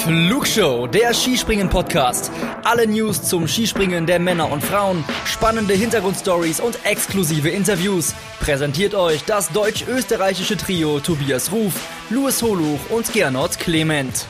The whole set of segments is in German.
Flugshow, der Skispringen-Podcast. Alle News zum Skispringen der Männer und Frauen, spannende Hintergrundstories und exklusive Interviews. Präsentiert euch das deutsch-österreichische Trio Tobias Ruf, Louis Holuch und Gernot Clement.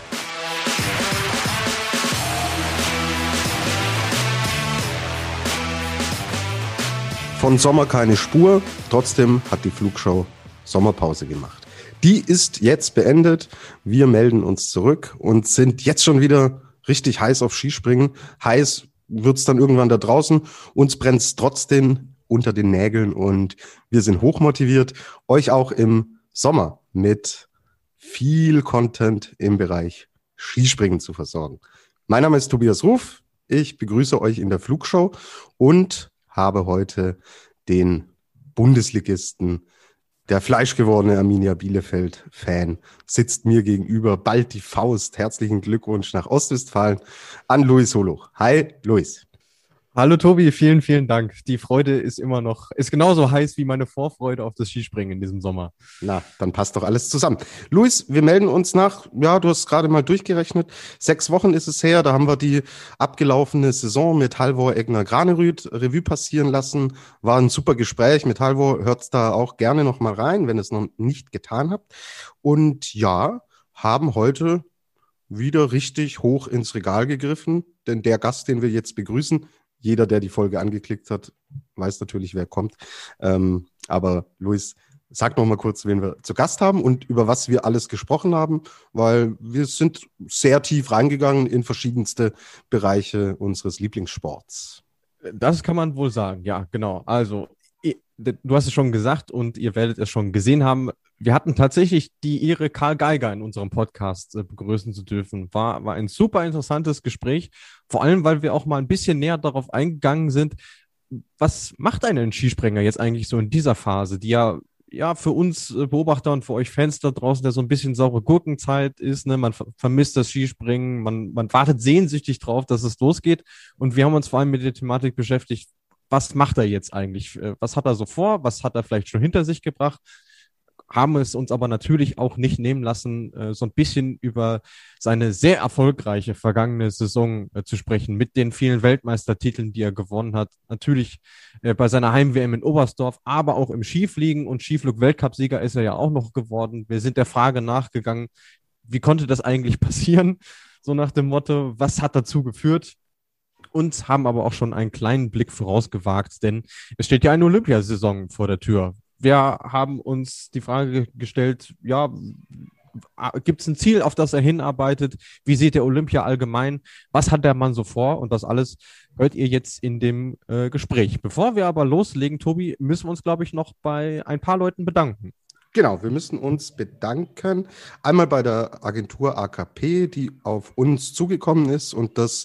Von Sommer keine Spur, trotzdem hat die Flugshow Sommerpause gemacht. Die ist jetzt beendet. Wir melden uns zurück und sind jetzt schon wieder richtig heiß auf Skispringen. Heiß wird's dann irgendwann da draußen. Uns brennt's trotzdem unter den Nägeln und wir sind hochmotiviert, euch auch im Sommer mit viel Content im Bereich Skispringen zu versorgen. Mein Name ist Tobias Ruf. Ich begrüße euch in der Flugshow und habe heute den Bundesligisten, der fleischgewordene Arminia Bielefeld-Fan, sitzt mir gegenüber, ballt die Faust. Herzlichen Glückwunsch nach Ostwestfalen an Louis Holuch. Hi, Louis. Hallo Tobi, vielen, vielen Dank. Die Freude ist genauso heiß wie meine Vorfreude auf das Skispringen in diesem Sommer. Na, dann passt doch alles zusammen. Louis, wir melden uns nach, du hast gerade mal durchgerechnet, 6 Wochen ist es her, da haben wir die abgelaufene Saison mit Halvor Egner-Granerüt Revue passieren lassen. War ein super Gespräch mit Halvor, hört's da auch gerne noch mal rein, wenn ihr es noch nicht getan habt. Und ja, haben heute wieder richtig hoch ins Regal gegriffen, denn der Gast, den wir jetzt begrüßen, jeder, der die Folge angeklickt hat, weiß natürlich, wer kommt. Aber Louis, sag noch mal kurz, wen wir zu Gast haben und über was wir alles gesprochen haben, weil wir sind sehr tief reingegangen in verschiedenste Bereiche unseres Lieblingssports. Das kann man wohl sagen, ja, genau. Also, du hast es schon gesagt und ihr werdet es schon gesehen haben. Wir hatten tatsächlich die Ehre, Karl Geiger in unserem Podcast begrüßen zu dürfen. War ein super interessantes Gespräch, vor allem, weil wir auch mal ein bisschen näher darauf eingegangen sind, was macht einen Skispringer jetzt eigentlich so in dieser Phase, die ja für uns Beobachter und für euch Fans da draußen, der so ein bisschen saure Gurkenzeit ist, ne? Man vermisst das Skispringen, man wartet sehnsüchtig drauf, dass es losgeht. Und wir haben uns vor allem mit der Thematik beschäftigt, was macht er jetzt eigentlich? Was hat er so vor? Was hat er vielleicht schon hinter sich gebracht? Haben es uns aber natürlich auch nicht nehmen lassen, so ein bisschen über seine sehr erfolgreiche vergangene Saison zu sprechen, mit den vielen Weltmeistertiteln, die er gewonnen hat. Natürlich bei seiner Heim-WM in Oberstdorf, aber auch im Skifliegen und Skiflug-Weltcupsieger ist er ja auch noch geworden. Wir sind der Frage nachgegangen, wie konnte das eigentlich passieren? So nach dem Motto, was hat dazu geführt? Und haben aber auch schon einen kleinen Blick vorausgewagt, denn es steht ja eine Olympiasaison vor der Tür. Wir haben uns die Frage gestellt, gibt es ein Ziel, auf das er hinarbeitet? Wie sieht der Olympia allgemein? Was hat der Mann so vor? Und das alles hört ihr jetzt in dem Gespräch. Bevor wir aber loslegen, Tobi, müssen wir uns, glaube ich, noch bei ein paar Leuten bedanken. Genau, wir müssen uns bedanken. Einmal bei der Agentur AKP, die auf uns zugekommen ist und das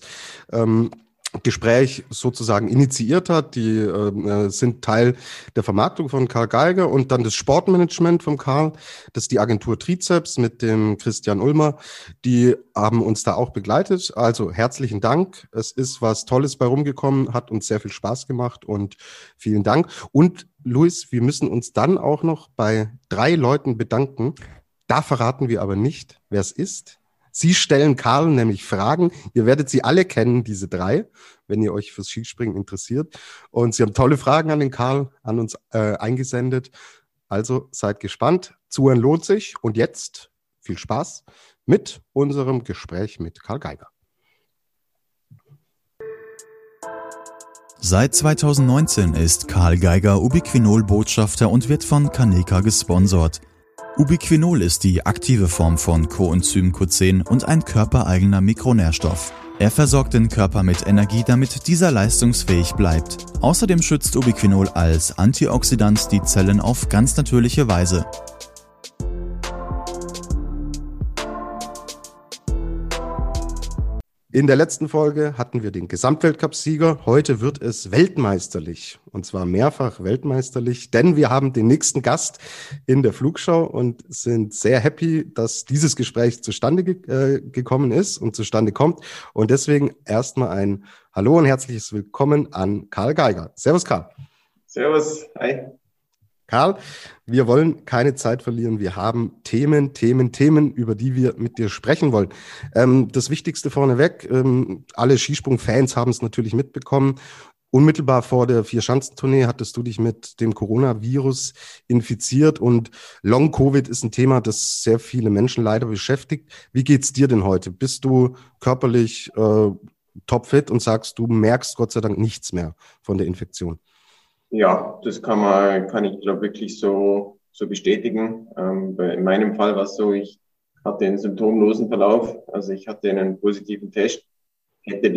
Gespräch sozusagen initiiert hat. Die sind Teil der Vermarktung von Karl Geiger und dann das Sportmanagement von Karl. Das ist die Agentur Trizeps mit dem Christian Ulmer. Die haben uns da auch begleitet. Also herzlichen Dank. Es ist was Tolles bei rumgekommen, hat uns sehr viel Spaß gemacht und vielen Dank. Und Louis, wir müssen uns dann auch noch bei 3 Leuten bedanken. Da verraten wir aber nicht, wer es ist. Sie stellen Karl nämlich Fragen. Ihr werdet sie alle kennen, diese 3, wenn ihr euch fürs Skispringen interessiert. Und sie haben tolle Fragen an den Karl, an uns eingesendet. Also seid gespannt. Zuhören lohnt sich. Und jetzt viel Spaß mit unserem Gespräch mit Karl Geiger. Seit 2019 ist Karl Geiger Ubiquinol-Botschafter und wird von Kaneka gesponsert. Ubiquinol ist die aktive Form von Coenzym Q10 und ein körpereigener Mikronährstoff. Er versorgt den Körper mit Energie, damit dieser leistungsfähig bleibt. Außerdem schützt Ubiquinol als Antioxidant die Zellen auf ganz natürliche Weise. In der letzten Folge hatten wir den Gesamtweltcup-Sieger. Heute wird es weltmeisterlich. Und zwar mehrfach weltmeisterlich, denn wir haben den nächsten Gast in der Flugshow und sind sehr happy, dass dieses Gespräch zustande gekommen ist und zustande kommt. Und deswegen erstmal ein Hallo und herzliches Willkommen an Karl Geiger. Servus, Karl. Servus, hi. Karl, wir wollen keine Zeit verlieren. Wir haben Themen, über die wir mit dir sprechen wollen. Das Wichtigste vorneweg, alle Skisprung-Fans haben es natürlich mitbekommen. Unmittelbar vor der Vierschanzentournee hattest du dich mit dem Coronavirus infiziert und Long-Covid ist ein Thema, das sehr viele Menschen leider beschäftigt. Wie geht's dir denn heute? Bist du körperlich topfit und sagst, du merkst Gott sei Dank nichts mehr von der Infektion? Ja, das kann ich glaube wirklich so bestätigen. In meinem Fall war es so, ich hatte einen symptomlosen Verlauf, also ich hatte einen positiven Test. Hätte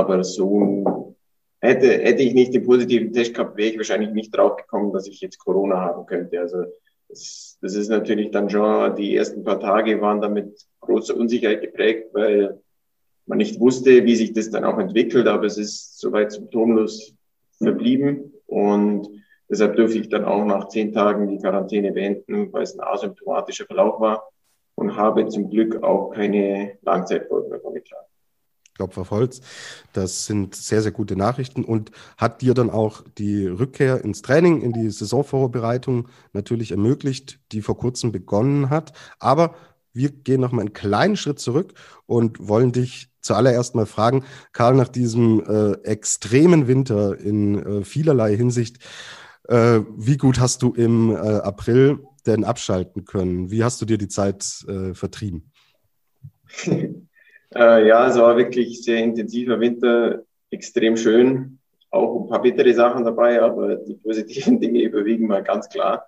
ich nicht den positiven Test gehabt, wäre ich wahrscheinlich nicht drauf gekommen, dass ich jetzt Corona haben könnte. Also das ist natürlich dann schon, die ersten paar Tage waren damit großer Unsicherheit geprägt, weil man nicht wusste, wie sich das dann auch entwickelt, aber es ist soweit symptomlos verblieben. Und deshalb durfte ich dann auch nach 10 Tagen die Quarantäne beenden, weil es ein asymptomatischer Verlauf war und habe zum Glück auch keine Langzeitfolgen davon getragen. Klopf auf Holz. Das sind sehr, sehr gute Nachrichten und hat dir dann auch die Rückkehr ins Training, in die Saisonvorbereitung natürlich ermöglicht, die vor kurzem begonnen hat. Aber wir gehen noch mal einen kleinen Schritt zurück und wollen dich zuallererst mal fragen, Karl, nach diesem extremen Winter in vielerlei Hinsicht, wie gut hast du im April denn abschalten können? Wie hast du dir die Zeit vertrieben? Ja, es war wirklich sehr intensiver Winter, extrem schön. Auch ein paar bittere Sachen dabei, aber die positiven Dinge überwiegen mal ganz klar.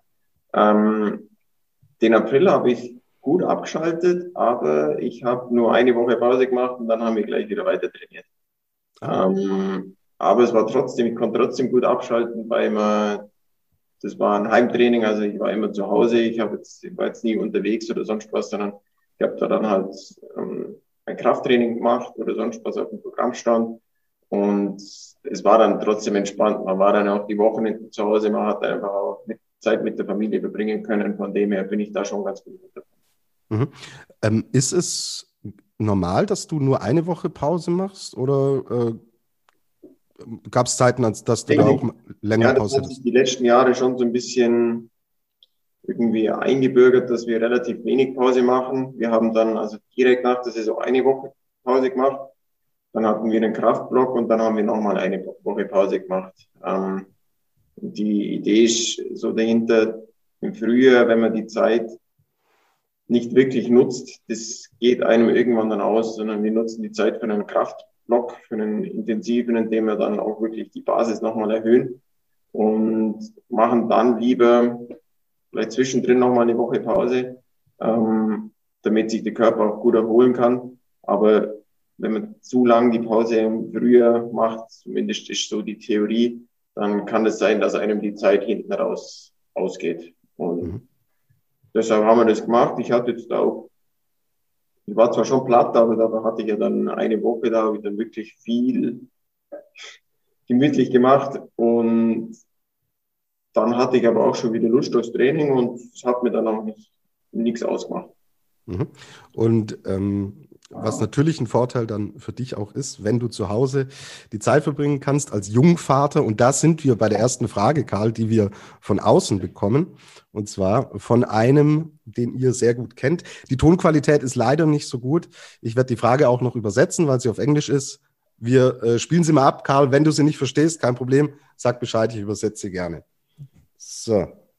Den April habe ich gut abgeschaltet, aber ich habe nur eine Woche Pause gemacht und dann haben wir gleich wieder weiter trainiert. Aber es war trotzdem, ich konnte trotzdem gut abschalten, weil das war ein Heimtraining, also ich war immer zu Hause, ich war jetzt nie unterwegs oder sonst was, sondern ich habe da dann halt ein Krafttraining gemacht oder sonst was auf dem Programm stand und es war dann trotzdem entspannt. Man war dann auch die Wochenende zu Hause, man hat einfach auch Zeit mit der Familie verbringen können, von dem her bin ich da schon ganz gut mit. Ist es normal, dass du nur eine Woche Pause machst oder gab es Zeiten, dass du da auch länger Pause hattest? Das hat sich die letzten Jahre schon so ein bisschen irgendwie eingebürgert, dass wir relativ wenig Pause machen. Wir haben dann also direkt nach der Saison eine Woche Pause gemacht. Dann hatten wir den Kraftblock und dann haben wir nochmal eine Woche Pause gemacht. Die Idee ist so dahinter, im Frühjahr, wenn man die Zeit nicht wirklich nutzt, das geht einem irgendwann dann aus, sondern wir nutzen die Zeit für einen Kraftblock, für einen intensiven, in dem wir dann auch wirklich die Basis nochmal erhöhen und machen dann lieber vielleicht zwischendrin nochmal eine Woche Pause, damit sich der Körper auch gut erholen kann. Aber wenn man zu lang die Pause im Frühjahr macht, zumindest ist so die Theorie, dann kann es sein, dass einem die Zeit hinten raus ausgeht. Und deshalb haben wir das gemacht. Ich war zwar schon platt, aber da hatte ich ja dann eine Woche, da habe ich dann wirklich viel gemütlich gemacht und dann hatte ich aber auch schon wieder Lust aufs Training und es hat mir dann auch nichts ausgemacht. Und was natürlich ein Vorteil dann für dich auch ist, wenn du zu Hause die Zeit verbringen kannst als Jungvater. Und da sind wir bei der ersten Frage, Karl, die wir von außen bekommen. Und zwar von einem, den ihr sehr gut kennt. Die Tonqualität ist leider nicht so gut. Ich werde die Frage auch noch übersetzen, weil sie auf Englisch ist. Wir spielen sie mal ab. Karl, wenn du sie nicht verstehst, kein Problem. Sag Bescheid, ich übersetze sie gerne. So.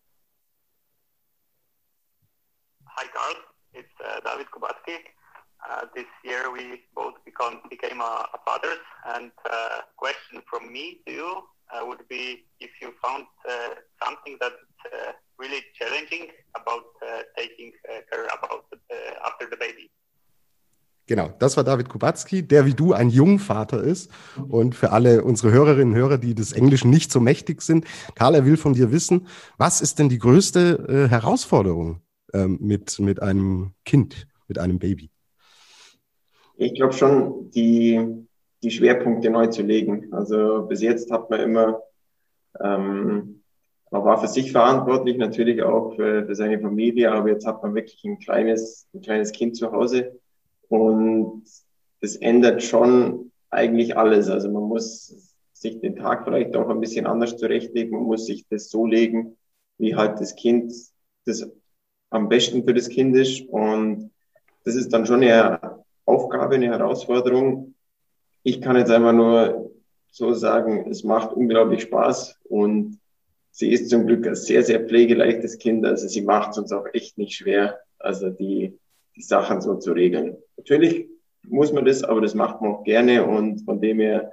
Hi, Karl. It's David Kubacki. This year we both became fathers, and question from me to you would be if you found something that's really challenging about taking care about after the baby. Genau, das war David Kubacki, der wie du ein Jungvater ist. Und für alle unsere Hörerinnen und Hörer, die des Englischen nicht so mächtig sind, Karl, er will von dir wissen, was ist denn die größte Herausforderung mit einem Kind, mit einem Baby? Ich glaube schon, die Schwerpunkte neu zu legen. Also bis jetzt hat man immer, man war für sich verantwortlich, natürlich auch für seine Familie, aber jetzt hat man wirklich ein kleines Kind zu Hause und das ändert schon eigentlich alles. Also man muss sich den Tag vielleicht auch ein bisschen anders zurechtlegen, man muss sich das so legen, wie halt das Kind das am besten für das Kind ist. Und das ist dann schon eine Aufgabe, eine Herausforderung. Ich kann jetzt einfach nur so sagen, es macht unglaublich Spaß und sie ist zum Glück ein sehr, sehr pflegeleichtes Kind. Also sie macht es uns auch echt nicht schwer, also die Sachen so zu regeln. Natürlich muss man das, aber das macht man auch gerne und von dem her,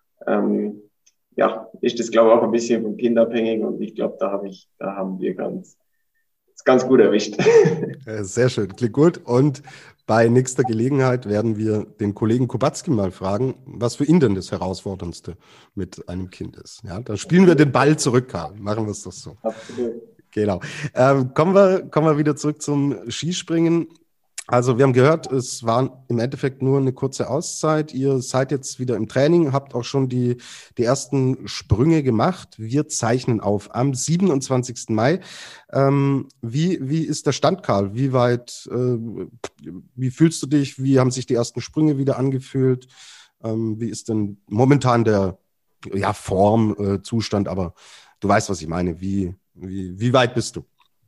ja, ist das, glaube ich, auch ein bisschen vom Kind abhängig und ich glaube, da haben wir ganz gut erwischt. Sehr schön, klingt gut. Und bei nächster Gelegenheit werden wir den Kollegen Kubacki mal fragen, was für ihn denn das Herausforderndste mit einem Kind ist. Ja, dann spielen wir den Ball zurück, Karl. Machen wir es doch so. Absolut. Genau. Kommen wir wieder zurück zum Skispringen. Also wir haben gehört, es war im Endeffekt nur eine kurze Auszeit. Ihr seid jetzt wieder im Training, habt auch schon die ersten Sprünge gemacht. Wir zeichnen auf am 27. Mai. Wie ist der Stand, Karl? Wie fühlst du dich? Wie haben sich die ersten Sprünge wieder angefühlt? Wie ist denn momentan der Formzustand? Aber du weißt, was ich meine. Wie weit bist du?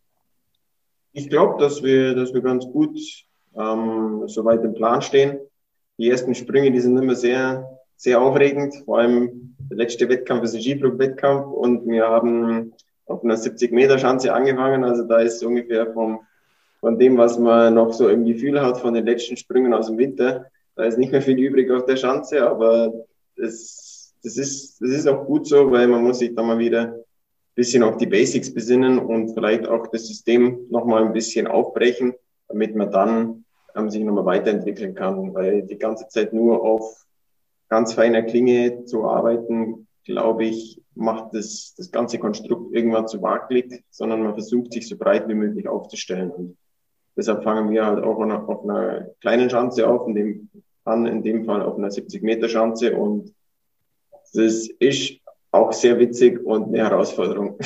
Ich glaube, dass wir ganz gut soweit im Plan stehen. Die ersten Sprünge, die sind immer sehr, sehr aufregend. Vor allem der letzte Wettkampf ist ein Skibruch-Wettkampf und wir haben auf einer 70-Meter-Schanze angefangen. Also da ist ungefähr von dem, was man noch so im Gefühl hat von den letzten Sprüngen aus dem Winter, da ist nicht mehr viel übrig auf der Schanze, aber das ist auch gut so, weil man muss sich da mal wieder ein bisschen auf die Basics besinnen und vielleicht auch das System nochmal ein bisschen aufbrechen, damit man dann sich nochmal weiterentwickeln kann, weil die ganze Zeit nur auf ganz feiner Klinge zu arbeiten, glaube ich, macht das ganze Konstrukt irgendwann zu wackelig, sondern man versucht, sich so breit wie möglich aufzustellen. Und deshalb fangen wir halt auch auf einer kleinen Schanze auf, in dem Fall auf einer 70-Meter-Schanze. Und das ist auch sehr witzig und eine Herausforderung.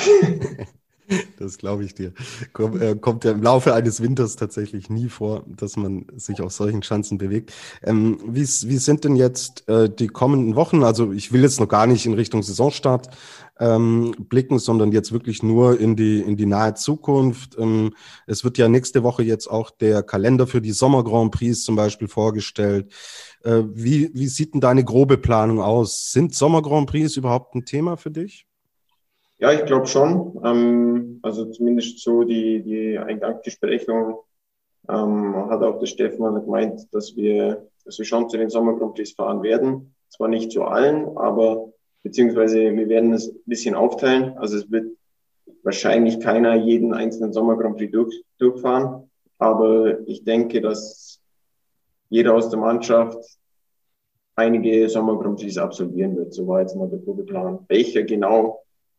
Das glaube ich dir. Kommt ja im Laufe eines Winters tatsächlich nie vor, dass man sich auf solchen Schanzen bewegt. Wie sind denn jetzt die kommenden Wochen? Also ich will jetzt noch gar nicht in Richtung Saisonstart blicken, sondern jetzt wirklich nur in die nahe Zukunft. Es wird ja nächste Woche jetzt auch der Kalender für die Sommer Grand Prix zum Beispiel vorgestellt. Wie sieht denn deine grobe Planung aus? Sind Sommer Grand Prix überhaupt ein Thema für dich? Ja, ich glaube schon. Also zumindest so die Eingangsbesprechung hat auch der Stefan gemeint, dass wir schon zu den Sommer Grand Prix fahren werden. Zwar nicht zu allen, aber beziehungsweise wir werden es ein bisschen aufteilen. Also es wird wahrscheinlich keiner jeden einzelnen Sommer Grand Prix durchfahren. Aber ich denke, dass jeder aus der Mannschaft einige Sommer Grand Prix absolvieren wird. So war jetzt mal der Plan. Welcher genau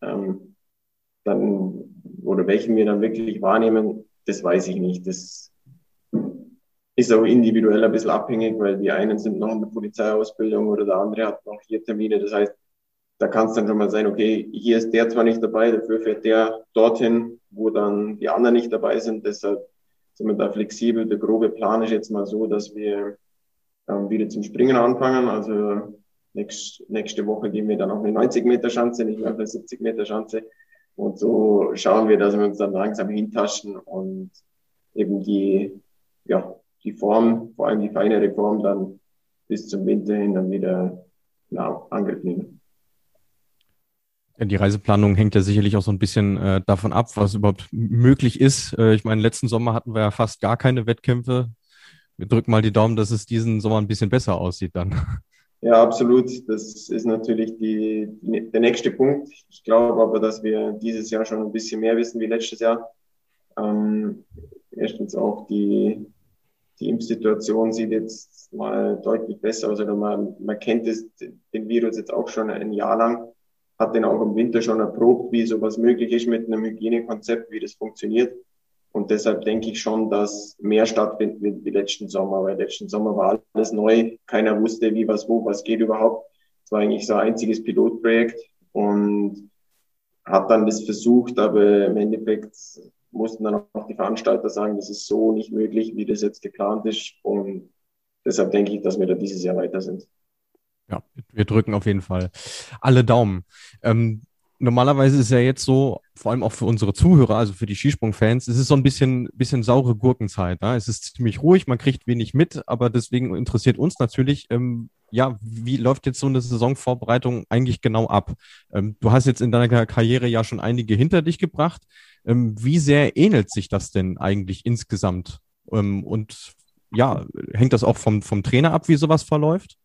welchen wir dann wirklich wahrnehmen, das weiß ich nicht. Das ist auch individuell ein bisschen abhängig, weil die einen sind noch in der Polizeiausbildung oder der andere hat noch hier Termine. Das heißt, da kann es dann schon mal sein, okay, hier ist der zwar nicht dabei, dafür fährt der dorthin, wo dann die anderen nicht dabei sind. Deshalb sind wir da flexibel. Der grobe Plan ist jetzt mal so, dass wir wieder zum Springen anfangen. Also nächste Woche gehen wir dann auf eine 90-Meter-Schanze, nicht mehr auf eine 70-Meter-Schanze. Und so schauen wir, dass wir uns dann langsam hintaschen und eben die Form, vor allem die feinere Form, dann bis zum Winter hin dann wieder in Angriff nehmen. Ja, die Reiseplanung hängt ja sicherlich auch so ein bisschen davon ab, was überhaupt möglich ist. Ich meine, letzten Sommer hatten wir ja fast gar keine Wettkämpfe. Wir drücken mal die Daumen, dass es diesen Sommer ein bisschen besser aussieht dann. Ja, absolut. Das ist natürlich der nächste Punkt. Ich glaube aber, dass wir dieses Jahr schon ein bisschen mehr wissen wie letztes Jahr. Erstens auch die Impfsituation sieht jetzt mal deutlich besser aus. Also man kennt den Virus jetzt auch schon ein Jahr lang, hat den auch im Winter schon erprobt, wie sowas möglich ist mit einem Hygienekonzept, wie das funktioniert. Und deshalb denke ich schon, dass mehr stattfindet wie letzten Sommer, weil letzten Sommer war alles neu. Keiner wusste, wie, was, wo, was geht überhaupt. Es war eigentlich so ein einziges Pilotprojekt und hat dann das versucht, aber im Endeffekt mussten dann auch die Veranstalter sagen, das ist so nicht möglich, wie das jetzt geplant ist. Und deshalb denke ich, dass wir da dieses Jahr weiter sind. Ja, wir drücken auf jeden Fall alle Daumen. normalerweise ist es ja jetzt so, vor allem auch für unsere Zuhörer, also für die Skisprung-Fans, es ist so ein bisschen saure Gurkenzeit. Ne? Es ist ziemlich ruhig, man kriegt wenig mit, aber deswegen interessiert uns natürlich, ja, wie läuft jetzt so eine Saisonvorbereitung eigentlich genau ab? Du hast jetzt in deiner Karriere ja schon einige hinter dich gebracht. Wie sehr ähnelt sich das denn eigentlich insgesamt? Und ja, hängt das auch vom Trainer ab, wie sowas verläuft?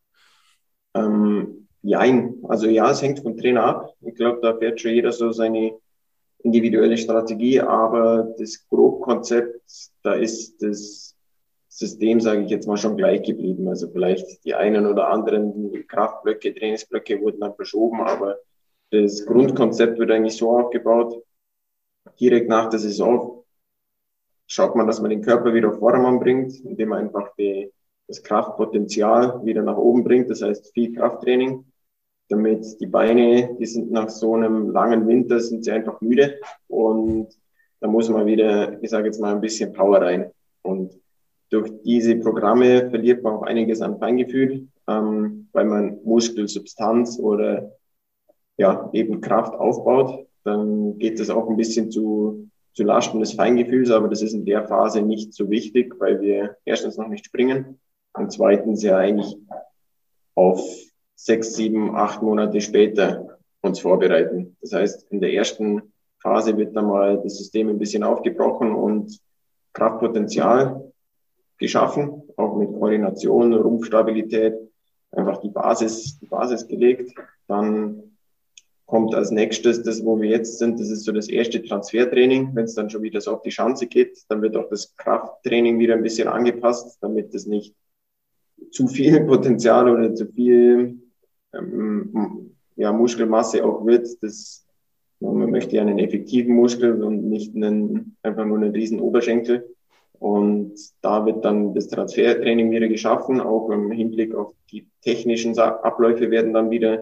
Jein. Also ja, es hängt vom Trainer ab. Ich glaube, da fährt schon jeder so seine individuelle Strategie, aber das Grobkonzept, da ist das System, sage ich jetzt mal, schon gleich geblieben. Also vielleicht die einen oder anderen Kraftblöcke, Trainingsblöcke wurden dann verschoben, aber das Grundkonzept wird eigentlich so aufgebaut. Direkt nach der Saison schaut man, dass man den Körper wieder auf Vordermann bringt, indem man einfach das Kraftpotenzial wieder nach oben bringt. Das heißt viel Krafttraining, damit die Beine, die sind nach so einem langen Winter, sind sie einfach müde. Und da muss man wieder, ich sage jetzt mal, ein bisschen Power rein. Und durch diese Programme verliert man auch einiges an Feingefühl, weil man Muskelsubstanz oder ja eben Kraft aufbaut. Dann geht das auch ein bisschen zu Lasten des Feingefühls, aber das ist in der Phase nicht so wichtig, weil wir erstens noch nicht springen und zweitens ja eigentlich auf 6, 7, 8 Monate später uns vorbereiten. Das heißt, in der ersten Phase wird dann mal das System ein bisschen aufgebrochen und Kraftpotenzial geschaffen, auch mit Koordination, Rumpfstabilität, einfach die Basis gelegt. Dann kommt als nächstes das, wo wir jetzt sind, das ist so das erste Transfertraining. Wenn es dann schon wieder so auf die Schanze geht, dann wird auch das Krafttraining wieder ein bisschen angepasst, damit es nicht zu viel Potenzial oder zu viel Muskelmasse auch wird. Man möchte ja einen effektiven Muskel und nicht einfach nur einen riesen Oberschenkel. Und da wird dann das Transfertraining wieder geschaffen, auch im Hinblick auf die technischen Abläufe werden dann wieder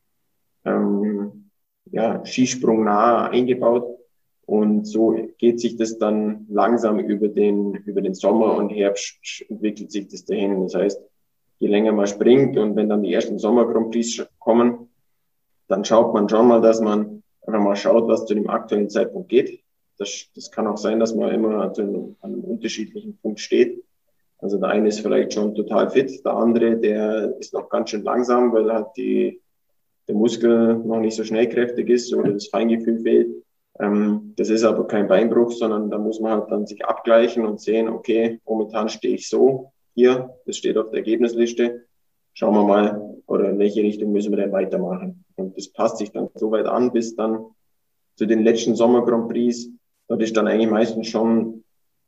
Skisprung nah eingebaut. Und so geht sich das dann langsam über den Sommer und Herbst entwickelt sich das dahin. Das heißt, je länger man springt und wenn dann die ersten Sommer-Grand Prix kommen, dann schaut man schon mal, dass man einfach mal schaut, was zu dem aktuellen Zeitpunkt geht. Das kann auch sein, dass man immer an einem unterschiedlichen Punkt steht. Also der eine ist vielleicht schon total fit, der andere, der ist noch ganz schön langsam, weil halt der Muskel noch nicht so schnellkräftig ist oder das Feingefühl fehlt. Das ist aber kein Beinbruch, sondern da muss man halt dann sich abgleichen und sehen, okay, momentan stehe ich so hier, das steht auf der Ergebnisliste. Schauen wir mal, oder in welche Richtung müssen wir denn weitermachen. Und das passt sich dann so weit an, bis dann zu den letzten Sommer-Grand Prix. Dort ist dann eigentlich meistens schon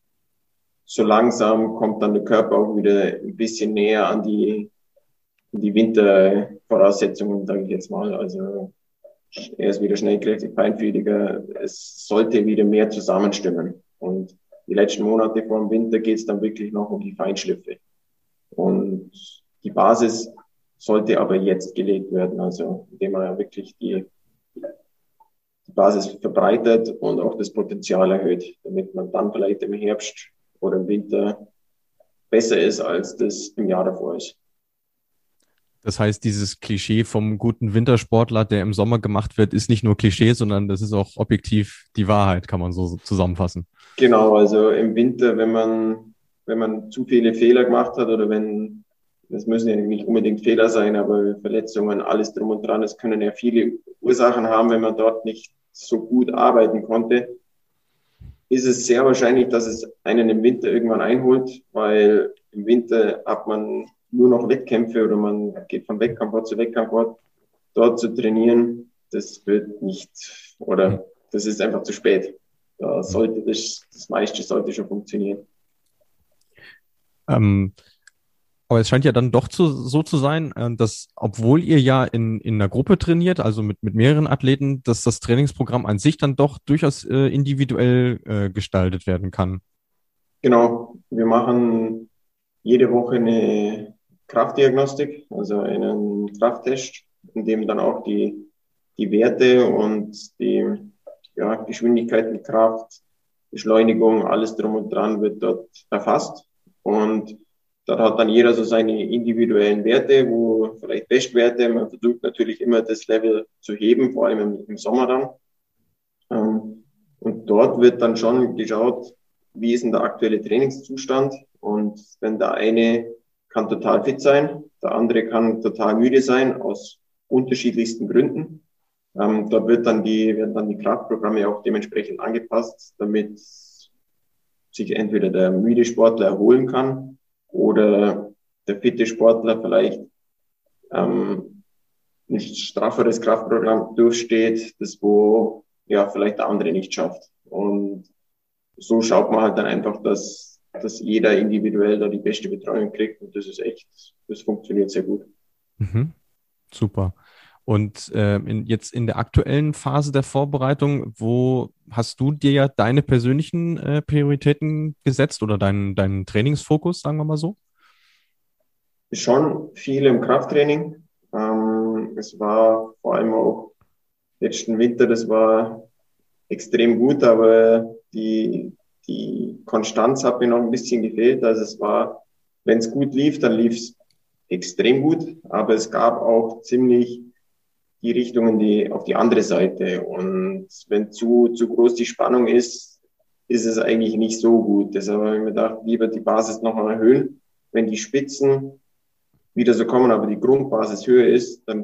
so langsam, kommt dann der Körper auch wieder ein bisschen näher an die Wintervoraussetzungen, sage ich jetzt mal. Also er ist wieder schnellkräftig, feinfühliger. Es sollte wieder mehr zusammenstimmen. Und die letzten Monate vor dem Winter geht es dann wirklich noch um die Feinschliffe. Und die Basis sollte aber jetzt gelegt werden, also indem man ja wirklich die Basis verbreitert und auch das Potenzial erhöht, damit man dann vielleicht im Herbst oder im Winter besser ist, als das im Jahr davor ist. Das heißt, dieses Klischee vom guten Wintersportler, der im Sommer gemacht wird, ist nicht nur Klischee, sondern das ist auch objektiv die Wahrheit, kann man so zusammenfassen. Genau, also im Winter, wenn man zu viele Fehler gemacht hat oder das müssen ja nicht unbedingt Fehler sein, aber Verletzungen, alles drum und dran, es können ja viele Ursachen haben, wenn man dort nicht so gut arbeiten konnte, ist es sehr wahrscheinlich, dass es einen im Winter irgendwann einholt, weil im Winter hat man nur noch Wettkämpfe oder man geht von Wettkampfort zu Wettkampfort. Dort zu trainieren, das wird nicht, oder das ist einfach zu spät. Da sollte das meiste sollte schon funktionieren. Aber es scheint ja dann doch so zu sein, dass, obwohl ihr ja in einer Gruppe trainiert, also mit mehreren Athleten, dass das Trainingsprogramm an sich dann doch durchaus individuell gestaltet werden kann. Genau, wir machen jede Woche eine Kraftdiagnostik, also einen Krafttest, in dem dann auch die Werte und die Geschwindigkeit, Kraft, Beschleunigung, alles drum und dran wird dort erfasst. Und da hat dann jeder so seine individuellen Werte, wo vielleicht Bestwerte. Man versucht natürlich immer das Level zu heben, vor allem im Sommer dann. Und dort wird dann schon geschaut, wie ist denn der aktuelle Trainingszustand. Und wenn der eine kann total fit sein, der andere kann total müde sein, aus unterschiedlichsten Gründen. Da werden dann die Kraftprogramme auch dementsprechend angepasst, damit sich entweder der müde Sportler erholen kann oder der fitte Sportler vielleicht ein strafferes Kraftprogramm durchsteht, das wo ja vielleicht der andere nicht schafft. Und so schaut man halt dann einfach, dass jeder individuell da die beste Betreuung kriegt, und das funktioniert sehr gut. Mhm. Super. Und jetzt in der aktuellen Phase der Vorbereitung, wo hast du dir ja deine persönlichen Prioritäten gesetzt oder deinen Trainingsfokus, sagen wir mal so? Schon viel im Krafttraining. Es war vor allem auch letzten Winter, das war extrem gut, aber die Konstanz hat mir noch ein bisschen gefehlt. Also es war, wenn es gut lief, dann lief es extrem gut, aber es gab auch ziemlich die Richtungen auf die andere Seite. Und wenn zu groß die Spannung ist es eigentlich nicht so gut. Deshalb habe ich mir gedacht, lieber die Basis nochmal erhöhen. Wenn die Spitzen wieder so kommen, aber die Grundbasis höher ist, dann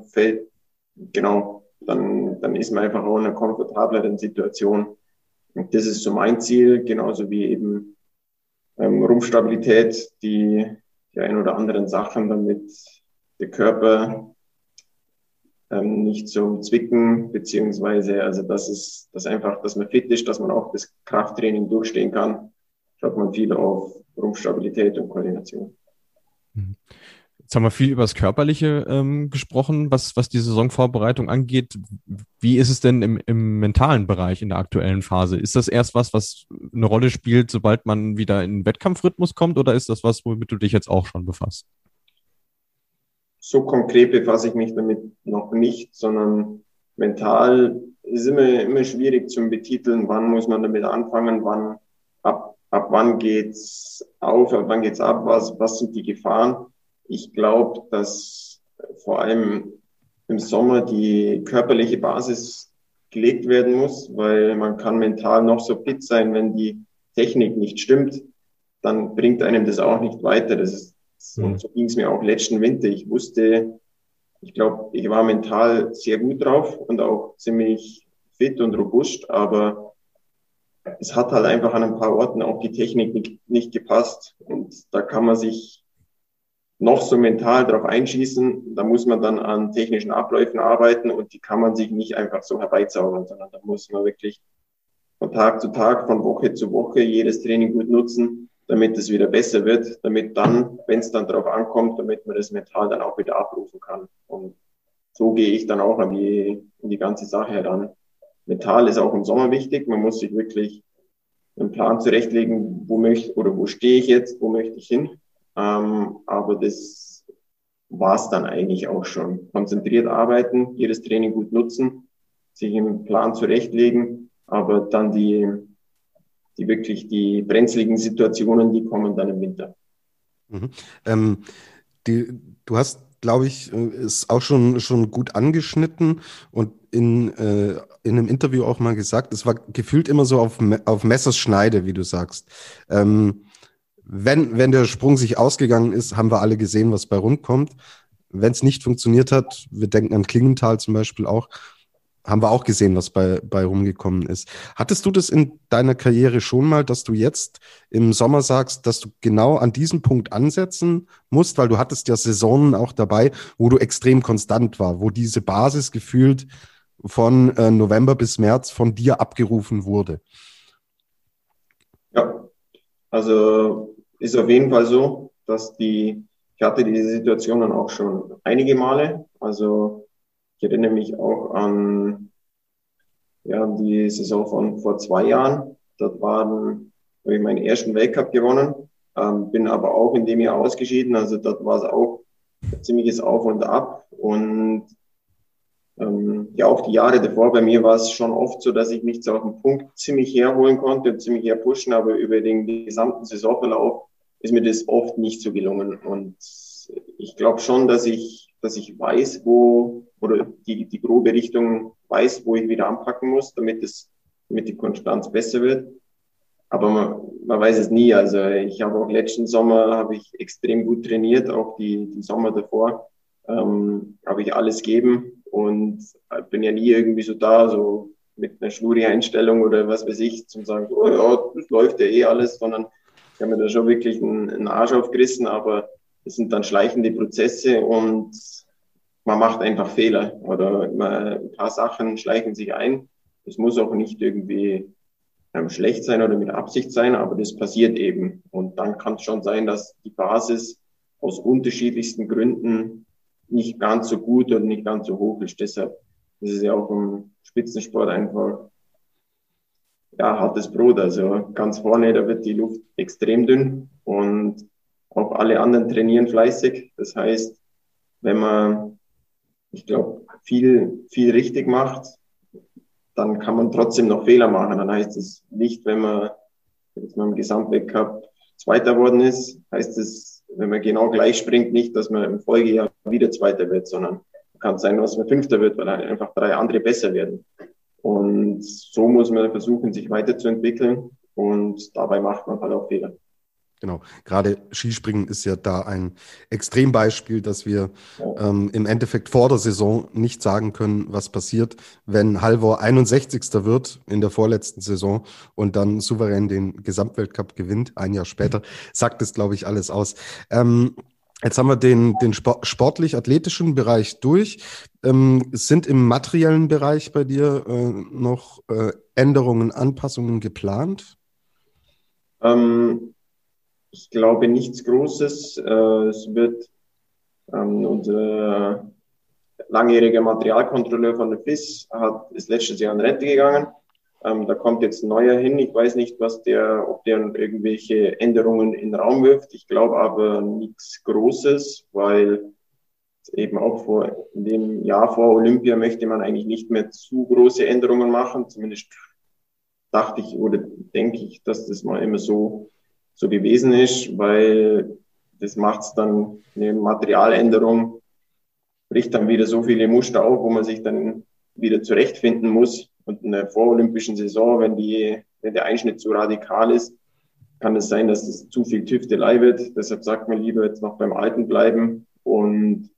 dann ist man einfach auch in einer komfortableren Situation. Und das ist so mein Ziel, genauso wie eben Rumpfstabilität, die ein oder anderen Sachen, damit der Körper nicht so zwicken, beziehungsweise also dass man fit ist, dass man auch das Krafttraining durchstehen kann, schaut man viel auf Rumpfstabilität und Koordination. Jetzt haben wir viel über das Körperliche gesprochen, was die Saisonvorbereitung angeht. Wie ist es denn im mentalen Bereich in der aktuellen Phase? Ist das erst was eine Rolle spielt, sobald man wieder in den Wettkampfrhythmus kommt, oder ist das was, womit du dich jetzt auch schon befasst? So konkret befasse ich mich damit noch nicht, sondern mental ist immer schwierig zu betiteln, wann muss man damit anfangen, ab wann geht's auf, ab wann geht's ab, was sind die Gefahren. Ich glaube, dass vor allem im Sommer die körperliche Basis gelegt werden muss, weil man kann mental noch so fit sein, wenn die Technik nicht stimmt, dann bringt einem das auch nicht weiter. Und so ging es mir auch letzten Winter. Ich glaube, ich war mental sehr gut drauf und auch ziemlich fit und robust, aber es hat halt einfach an ein paar Orten auch die Technik nicht gepasst. Und da kann man sich noch so mental drauf einschießen. Da muss man dann an technischen Abläufen arbeiten, und die kann man sich nicht einfach so herbeizaubern, sondern da muss man wirklich von Tag zu Tag, von Woche zu Woche jedes Training gut nutzen, damit es wieder besser wird, damit dann, wenn es dann darauf ankommt, damit man das mental dann auch wieder abrufen kann. Und so gehe ich dann auch an die ganze Sache heran. Mental ist auch im Sommer wichtig. Man muss sich wirklich einen Plan zurechtlegen, wo stehe ich jetzt, wo möchte ich hin. Aber das war's dann eigentlich auch schon. Konzentriert arbeiten, jedes Training gut nutzen, sich einen Plan zurechtlegen, aber dann die brenzligen Situationen, die kommen dann im Winter. Mhm. Du hast, glaube ich, es auch schon gut angeschnitten und in einem Interview auch mal gesagt, es war gefühlt immer so auf Messerschneide, wie du sagst. Wenn der Sprung sich ausgegangen ist, haben wir alle gesehen, was bei rumkommt. Wenn es nicht funktioniert hat, wir denken an Klingenthal zum Beispiel auch, haben wir auch gesehen, was bei rumgekommen ist. Hattest du das in deiner Karriere schon mal, dass du jetzt im Sommer sagst, dass du genau an diesem Punkt ansetzen musst, weil du hattest ja Saisonen auch dabei, wo du extrem konstant war, wo diese Basis gefühlt von November bis März von dir abgerufen wurde? Ja, also ist auf jeden Fall so, ich hatte diese Situation dann auch schon einige Male. Also ich erinnere mich auch an die Saison von vor 2 Jahren. Dort habe ich meinen ersten Weltcup gewonnen, bin aber auch in dem Jahr ausgeschieden. Also dort war es auch ein ziemliches Auf und Ab. Und auch die Jahre davor, bei mir war es schon oft so, dass ich mich auf den Punkt ziemlich herholen konnte und ziemlich herpushen, aber über den gesamten Saisonverlauf ist mir das oft nicht so gelungen. Und ich glaube schon, dass ich weiß, oder die grobe Richtung weiß, wo ich wieder anpacken muss, damit die Konstanz besser wird. Aber man weiß es nie. Also ich habe auch letzten Sommer extrem gut trainiert, auch die Sommer davor habe ich alles gegeben und bin ja nie irgendwie so da, so mit einer Schnurri-Einstellung oder was weiß ich, zum sagen, oh ja, das läuft ja eh alles, sondern ich habe mir da schon wirklich einen Arsch aufgerissen, aber das sind dann schleichende Prozesse und man macht einfach Fehler oder ein paar Sachen schleichen sich ein. Das muss auch nicht irgendwie schlecht sein oder mit Absicht sein, aber das passiert eben. Und dann kann es schon sein, dass die Basis aus unterschiedlichsten Gründen nicht ganz so gut oder nicht ganz so hoch ist. Deshalb ist es ja auch im Spitzensport einfach hartes Brot. Also ganz vorne, da wird die Luft extrem dünn und auch alle anderen trainieren fleißig. Das heißt, wenn man, ich glaube, viel richtig macht, dann kann man trotzdem noch Fehler machen. Dann heißt es nicht, wenn man im Gesamtweltcup Zweiter geworden ist, heißt es, wenn man genau gleich springt, nicht, dass man im Folgejahr wieder Zweiter wird, sondern kann sein, dass man Fünfter wird, weil einfach 3 andere besser werden. Und so muss man versuchen, sich weiterzuentwickeln und dabei macht man halt auch Fehler. Genau, gerade Skispringen ist ja da ein Extrembeispiel, dass wir im Endeffekt vor der Saison nicht sagen können, was passiert, wenn Halvor 61. wird in der vorletzten Saison und dann souverän den Gesamtweltcup gewinnt, ein Jahr später, sagt es, glaube ich, alles aus. Jetzt haben wir den sportlich-athletischen Bereich durch. Sind im materiellen Bereich bei dir noch Änderungen, Anpassungen geplant? Ich glaube nichts Großes. Es wird unser langjähriger Materialkontrolleur von der FIS ist letztes Jahr in Rente gegangen. Da kommt jetzt ein neuer hin. Ich weiß nicht, ob der irgendwelche Änderungen in den Raum wirft. Ich glaube aber nichts Großes, weil eben auch in dem Jahr vor Olympia möchte man eigentlich nicht mehr zu große Änderungen machen. Zumindest dachte ich oder denke ich, dass das mal immer so gewesen ist, weil das macht es dann, eine Materialänderung bricht dann wieder so viele Muster auf, wo man sich dann wieder zurechtfinden muss. Und in der vorolympischen Saison, wenn der Einschnitt zu radikal ist, kann es sein, dass es zu viel Tüftelei wird. Deshalb sagt man lieber jetzt noch beim Alten bleiben und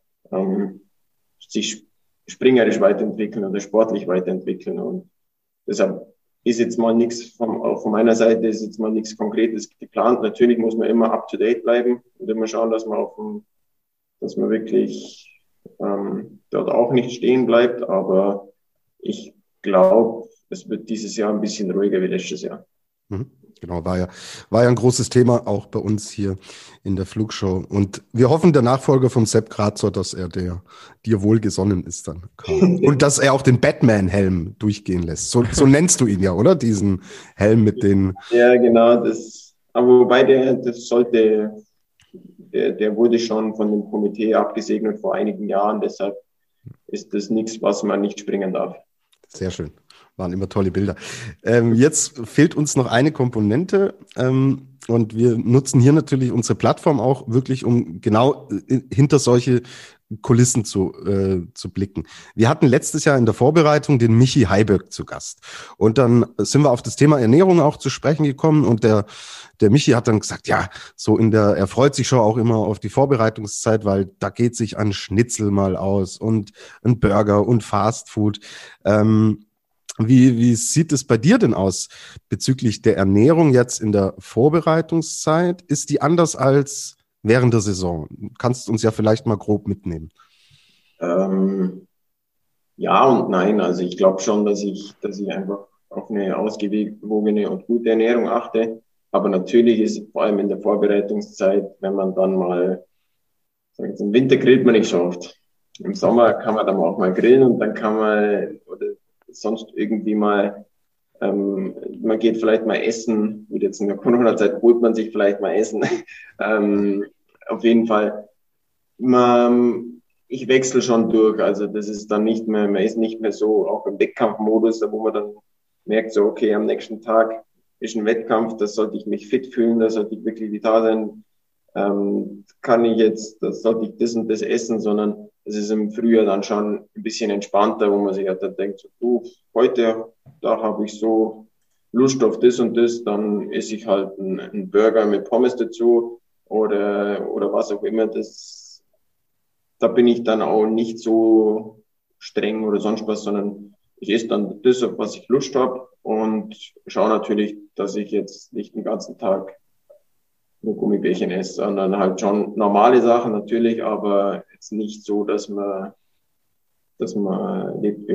sich springerisch weiterentwickeln oder sportlich weiterentwickeln. Und deshalb ist jetzt mal nichts von meiner Seite ist jetzt mal nichts Konkretes geplant. Natürlich muss man immer up to date bleiben und immer schauen, dass man wirklich dort auch nicht stehen bleibt. Aber ich glaube, es wird dieses Jahr ein bisschen ruhiger wie letztes Jahr. Genau, war ja ein großes Thema auch bei uns hier in der Flugshow. Und wir hoffen, der Nachfolger vom Sepp Grazer, dass er dir wohlgesonnen ist dann. Und dass er auch den Batman-Helm durchgehen lässt. So nennst du ihn ja, oder? Diesen Helm mit den... Ja, genau. Aber wobei der wurde schon von dem Komitee abgesegnet vor einigen Jahren. Deshalb ist das nichts, was man nicht springen darf. Sehr schön. Waren immer tolle Bilder. Jetzt fehlt uns noch eine Komponente und wir nutzen hier natürlich unsere Plattform auch wirklich, um genau hinter solche Kulissen zu blicken. Wir hatten letztes Jahr in der Vorbereitung den Michi Heiberg zu Gast und dann sind wir auf das Thema Ernährung auch zu sprechen gekommen und der Michi hat dann gesagt, ja, er freut sich schon auch immer auf die Vorbereitungszeit, weil da geht sich an Schnitzel mal aus und ein Burger und Fastfood. Wie sieht es bei dir denn aus bezüglich der Ernährung jetzt in der Vorbereitungszeit? Ist die anders als während der Saison? Kannst du uns ja vielleicht mal grob mitnehmen. Ja und nein. Also ich glaube schon, dass ich einfach auf eine ausgewogene und gute Ernährung achte. Aber natürlich ist vor allem in der Vorbereitungszeit, wenn man dann mal, im Winter grillt man nicht so oft. Im Sommer kann man dann auch mal grillen und dann kann man, oder sonst irgendwie mal, man geht vielleicht mal essen, gut, jetzt in der Corona-Zeit holt man sich vielleicht mal Essen. Auf jeden Fall, ich wechsle schon durch, also das ist dann nicht mehr, man ist nicht mehr so auch im Wettkampfmodus, wo man dann merkt so, okay, am nächsten Tag ist ein Wettkampf, da sollte ich mich fit fühlen, da sollte ich wirklich vital sein. Da sollte ich das und das essen, sondern es ist im Frühjahr dann schon ein bisschen entspannter, wo man sich halt dann denkt, so, du, heute, da habe ich so Lust auf das und das, dann esse ich halt einen Burger mit Pommes dazu oder was auch immer. Da bin ich dann auch nicht so streng oder sonst was, sondern ich esse dann das, auf was ich Lust habe und schaue natürlich, dass ich jetzt nicht den ganzen Tag nur Gummibärchen esse, sondern halt schon normale Sachen natürlich, aber jetzt nicht so, dass man lebt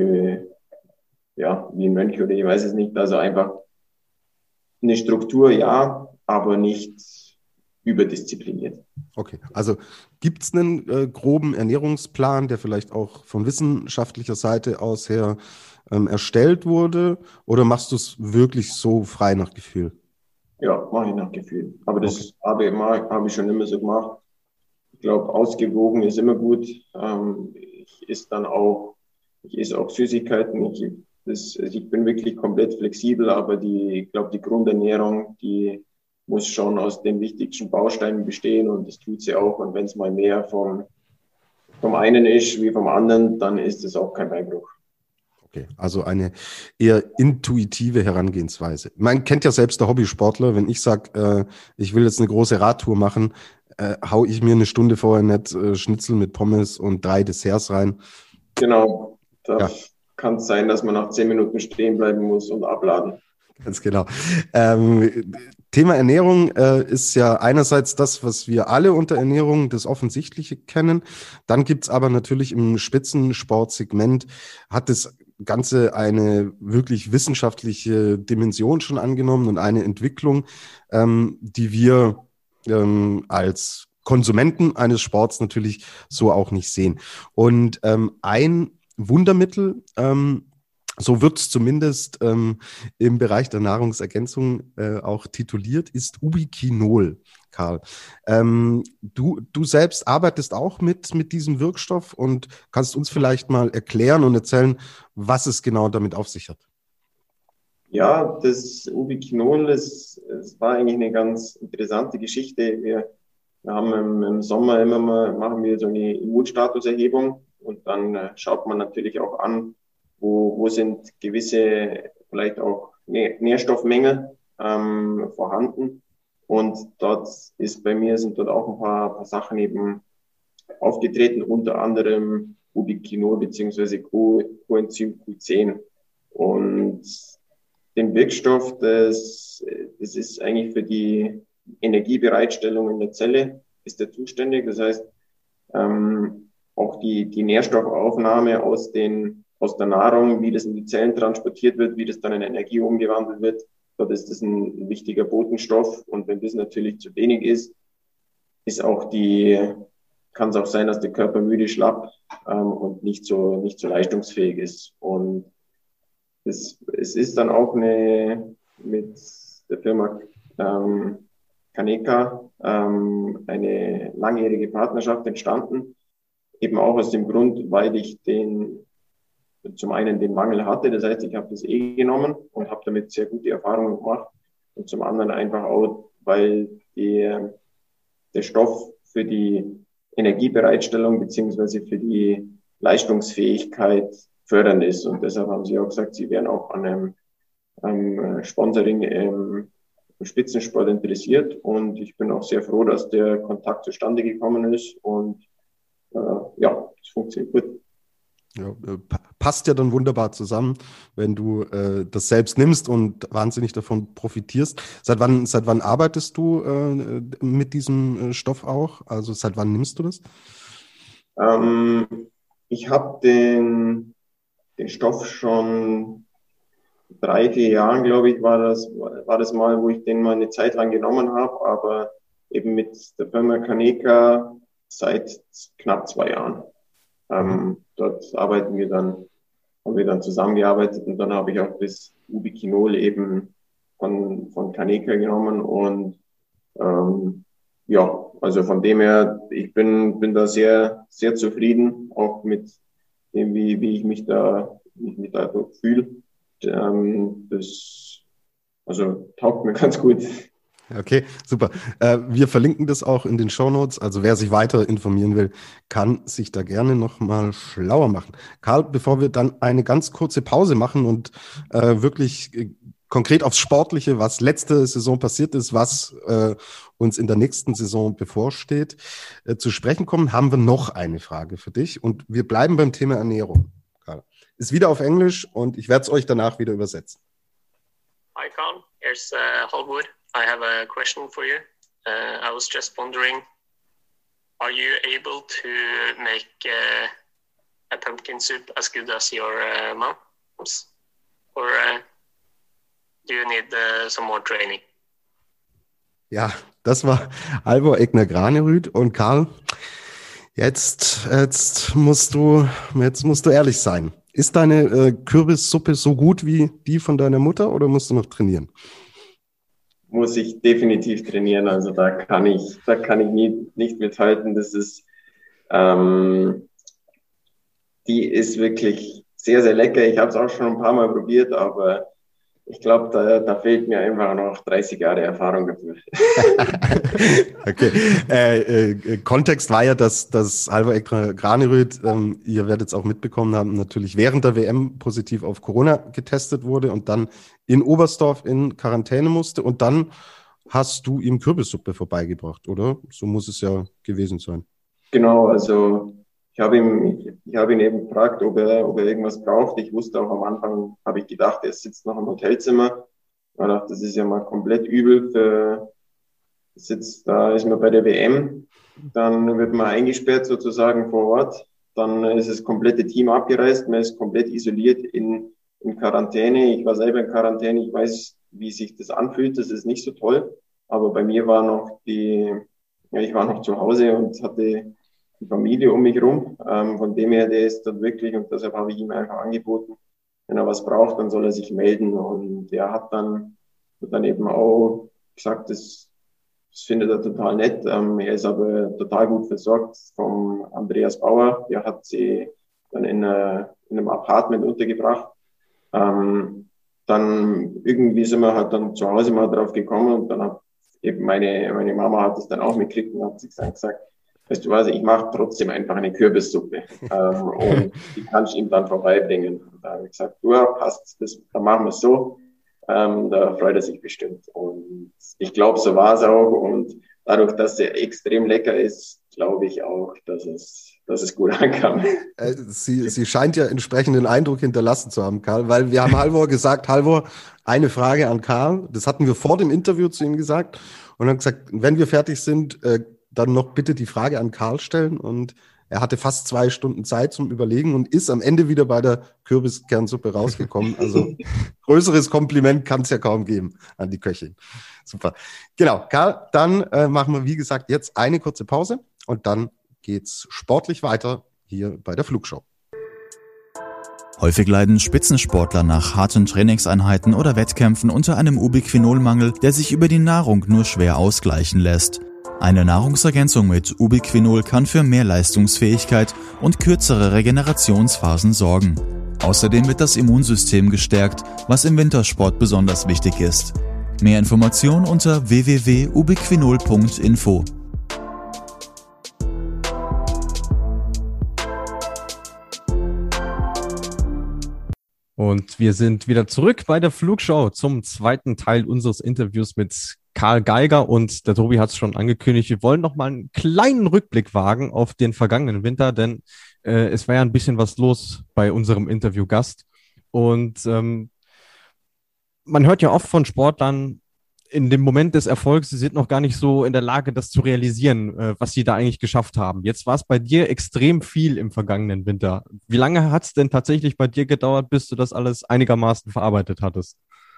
wie ein Mönch oder ich weiß es nicht. Also einfach eine Struktur, ja, aber nicht überdiszipliniert. Okay, also gibt es einen groben Ernährungsplan, der vielleicht auch von wissenschaftlicher Seite aus her erstellt wurde, oder machst du es wirklich so frei nach Gefühl? Ja, mache ich nach Gefühl. Aber das habe ich schon immer so gemacht. Ich glaube, ausgewogen ist immer gut. Ich esse auch Süßigkeiten. Ich bin wirklich komplett flexibel, aber ich glaube, die Grundernährung, die muss schon aus den wichtigsten Bausteinen bestehen und das tut sie auch. Und wenn es mal mehr vom einen ist wie vom anderen, dann ist es auch kein Beinbruch. Okay, also eine eher intuitive Herangehensweise. Man kennt ja selbst der Hobbysportler, wenn ich sage, ich will jetzt eine große Radtour machen, hau ich mir eine Stunde vorher nicht Schnitzel mit Pommes und 3 Desserts rein. Genau, da kann es sein, dass man nach 10 Minuten stehen bleiben muss und abladen. Ganz genau. Thema Ernährung ist ja einerseits das, was wir alle unter Ernährung, das Offensichtliche kennen. Dann gibt es aber natürlich im Spitzensportsegment, hat das Ganze eine wirklich wissenschaftliche Dimension schon angenommen und eine Entwicklung, die wir als Konsumenten eines Sports natürlich so auch nicht sehen. Und ein Wundermittel, so wird es zumindest im Bereich der Nahrungsergänzung auch tituliert, ist Ubiquinol, Karl. Du selbst arbeitest auch mit diesem Wirkstoff und kannst uns vielleicht mal erklären und erzählen, was es genau damit auf sich hat. Ja, das Ubiquinol, es war eigentlich eine ganz interessante Geschichte. Wir haben im Sommer machen wir so eine Immunstatuserhebung und dann schaut man natürlich auch an, wo sind gewisse vielleicht auch Nährstoffmängel vorhanden. Und sind dort auch ein paar Sachen eben aufgetreten, unter anderem Ubiquinol bzw. Coenzym Q10. Und den Wirkstoff, das ist eigentlich für die Energiebereitstellung in der Zelle, ist der zuständig. Das heißt, auch die Nährstoffaufnahme aus der Nahrung, wie das in die Zellen transportiert wird, wie das dann in Energie umgewandelt wird, dort ist das ein wichtiger Botenstoff. Und wenn das natürlich zu wenig ist, kann es auch sein, dass der Körper müde, schlapp und nicht so leistungsfähig ist. Und es ist dann auch mit der Firma Kaneka eine langjährige Partnerschaft entstanden. Eben auch aus dem Grund, weil ich zum einen den Mangel hatte, das heißt, ich habe das genommen und habe damit sehr gute Erfahrungen gemacht. Und zum anderen einfach auch, weil der Stoff für die Energiebereitstellung beziehungsweise für die Leistungsfähigkeit fördernd ist. Und deshalb haben sie auch gesagt, sie wären auch an einem Sponsoring im Spitzensport interessiert. Und ich bin auch sehr froh, dass der Kontakt zustande gekommen ist. Und es funktioniert gut. Ja, passt ja dann wunderbar zusammen, wenn du das selbst nimmst und wahnsinnig davon profitierst. Seit wann arbeitest du mit diesem Stoff auch? Also seit wann nimmst du das? Ich habe den Stoff schon 3-4 Jahren, glaube ich, war das mal, wo ich den mal eine Zeit lang genommen habe, aber eben mit der Firma Kaneka seit knapp 2 Jahren. Dort haben wir dann zusammengearbeitet und dann habe ich auch das Ubiquinol eben von Kaneka genommen und also von dem her, ich bin da sehr, sehr zufrieden, auch mit dem, wie ich mich da fühle. Das Also taugt mir ganz gut. Okay, super. Wir verlinken das auch in den Shownotes. Also wer sich weiter informieren will, kann sich da gerne nochmal schlauer machen. Karl, bevor wir dann eine ganz kurze Pause machen und wirklich konkret aufs Sportliche, was letzte Saison passiert ist, was uns in der nächsten Saison bevorsteht, zu sprechen kommen, haben wir noch eine Frage für dich. Und wir bleiben beim Thema Ernährung. Karl. Ist wieder auf Englisch und ich werde es euch danach wieder übersetzen. Hi, Carl. Here's Holwood. I have a question for you. I was just wondering, are you able to make a pumpkin soup as good as your mom's? Or do you need some more training? Ja, das war Halvor Egner Granerüt und Karl, jetzt musst du ehrlich sein. Ist deine Kürbissuppe so gut wie die von deiner Mutter oder musst du noch trainieren? Muss ich definitiv trainieren. Also da kann ich nicht mithalten. Das ist, die ist wirklich sehr, sehr lecker. Ich habe es auch schon ein paar Mal probiert, aber ich glaube, da fehlt mir einfach noch 30 Jahre Erfahrung dafür. Okay. Kontext war ja, dass Halvor Egner Granerüt, ihr werdet es auch mitbekommen haben, natürlich während der WM positiv auf Corona getestet wurde und dann in Oberstdorf in Quarantäne musste. Und dann hast du ihm Kürbissuppe vorbeigebracht, oder? So muss es ja gewesen sein. Genau, also ich habe ihn eben gefragt, ob er irgendwas braucht. Ich wusste auch am Anfang, habe ich gedacht, er sitzt noch im Hotelzimmer. Ich dachte, das ist ja mal komplett übel. Da ist man bei der WM, dann wird man eingesperrt sozusagen vor Ort. Dann ist das komplette Team abgereist, man ist komplett isoliert in Quarantäne. Ich war selber in Quarantäne, ich weiß, wie sich das anfühlt. Das ist nicht so toll. Aber bei mir war ich war noch zu Hause und hatte die Familie um mich rum. Von dem her, der ist dort wirklich, und deshalb habe ich ihm einfach angeboten, wenn er was braucht, dann soll er sich melden. Und er hat dann eben auch gesagt, das findet er total nett. Er ist aber total gut versorgt vom Andreas Bauer. Der hat sie dann in einem Apartment untergebracht. Dann irgendwie sind wir halt dann zu Hause mal drauf gekommen und dann hat eben meine Mama hat es dann auch mitgekriegt und hat sich gesagt, weißt du was, ich mache trotzdem einfach eine Kürbissuppe und die kann ich ihm dann vorbeibringen. Und da habe ich gesagt, ja, passt, dann machen wir es so. Da freut er sich bestimmt. Und ich glaube, so war es auch. Und dadurch, dass er extrem lecker ist, glaube ich auch, dass es gut ankam. Sie scheint ja entsprechenden Eindruck hinterlassen zu haben, Karl, weil wir haben Halvor gesagt, Halvor, eine Frage an Karl. Das hatten wir vor dem Interview zu ihm gesagt und haben gesagt, wenn wir fertig sind, dann noch bitte die Frage an Karl stellen. Und er hatte fast 2 Stunden Zeit zum Überlegen und ist am Ende wieder bei der Kürbiskernsuppe rausgekommen. Also größeres Kompliment kann es ja kaum geben an die Köchin. Super. Genau, Karl, dann machen wir, wie gesagt, jetzt eine kurze Pause und dann geht's sportlich weiter hier bei der Flugshow. Häufig leiden Spitzensportler nach harten Trainingseinheiten oder Wettkämpfen unter einem Ubiquinolmangel, der sich über die Nahrung nur schwer ausgleichen lässt. Eine Nahrungsergänzung mit Ubiquinol kann für mehr Leistungsfähigkeit und kürzere Regenerationsphasen sorgen. Außerdem wird das Immunsystem gestärkt, was im Wintersport besonders wichtig ist. Mehr Informationen unter www.ubiquinol.info. Und wir sind wieder zurück bei der Flugshow zum zweiten Teil unseres Interviews mit Karl Geiger, und der Tobi hat es schon angekündigt, wir wollen noch mal einen kleinen Rückblick wagen auf den vergangenen Winter, denn es war ja ein bisschen was los bei unserem Interviewgast. Und man hört ja oft von Sportlern, in dem Moment des Erfolgs, sie sind noch gar nicht so in der Lage, das zu realisieren, was sie da eigentlich geschafft haben. Jetzt war es bei dir extrem viel im vergangenen Winter. Wie lange hat es denn tatsächlich bei dir gedauert, bis du das alles einigermaßen verarbeitet hattest?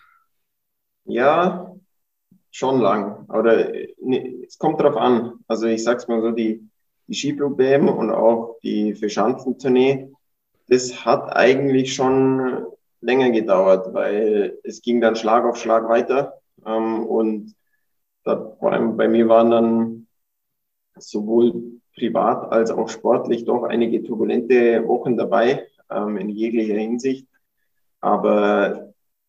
Ja, schon lang. Aber es kommt drauf an. Also ich sag's mal so, die Skiflug-WM und auch die Verschanzentournee, das hat eigentlich schon länger gedauert, weil es ging dann Schlag auf Schlag weiter. Und vor allem bei mir waren dann sowohl privat als auch sportlich doch einige turbulente Wochen dabei, in jeglicher Hinsicht. Aber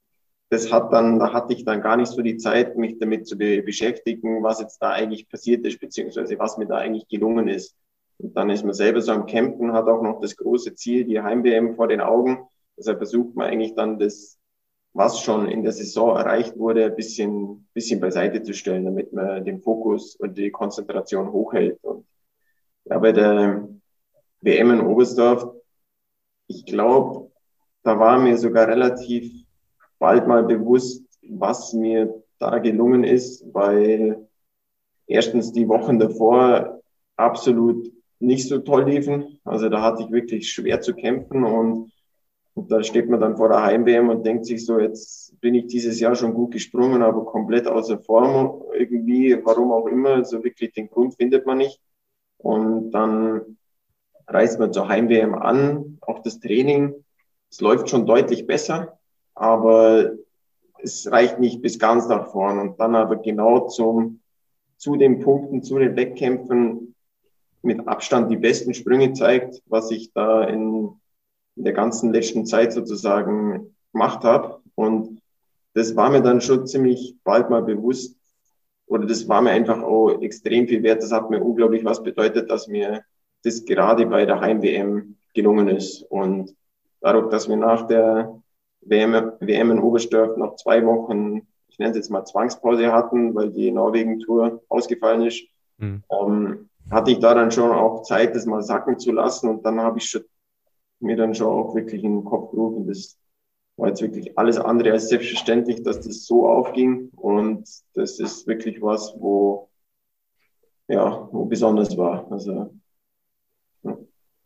da hatte ich dann gar nicht so die Zeit, mich damit zu beschäftigen, was jetzt da eigentlich passiert ist, beziehungsweise was mir da eigentlich gelungen ist. Und dann ist man selber so am Campen, hat auch noch das große Ziel, die Heim-WM vor den Augen. Deshalb versucht man eigentlich dann das, was schon in der Saison erreicht wurde, ein bisschen beiseite zu stellen, damit man den Fokus und die Konzentration hochhält. Und ja, bei der WM in Oberstdorf, ich glaube, da war mir sogar relativ bald mal bewusst, was mir da gelungen ist, weil erstens die Wochen davor absolut nicht so toll liefen. Also da hatte ich wirklich schwer zu kämpfen und da steht man dann vor der Heim-WM und denkt sich so, jetzt bin ich dieses Jahr schon gut gesprungen, aber komplett außer Form irgendwie, warum auch immer, so wirklich den Grund findet man nicht. Und dann reist man zur Heim-WM an, auch das Training, es läuft schon deutlich besser, aber es reicht nicht bis ganz nach vorn. Und dann aber genau zu den Punkten, zu den Wettkämpfen mit Abstand die besten Sprünge zeigt, was ich da in der ganzen letzten Zeit sozusagen gemacht habe. Und das war mir dann schon ziemlich bald mal bewusst, oder das war mir einfach auch extrem viel wert. Das hat mir unglaublich was bedeutet, dass mir das gerade bei der Heim-WM gelungen ist. Und dadurch, dass wir nach der WM in Oberstdorf noch 2 Wochen, ich nenne es jetzt mal Zwangspause hatten, weil die Norwegen-Tour ausgefallen ist, hatte ich da dann schon auch Zeit, das mal sacken zu lassen. Und dann habe ich mir dann schon auch wirklich in den Kopf gerufen, das war jetzt wirklich alles andere als selbstverständlich, dass das so aufging. Und das ist wirklich was, wo besonders war. Also, ja.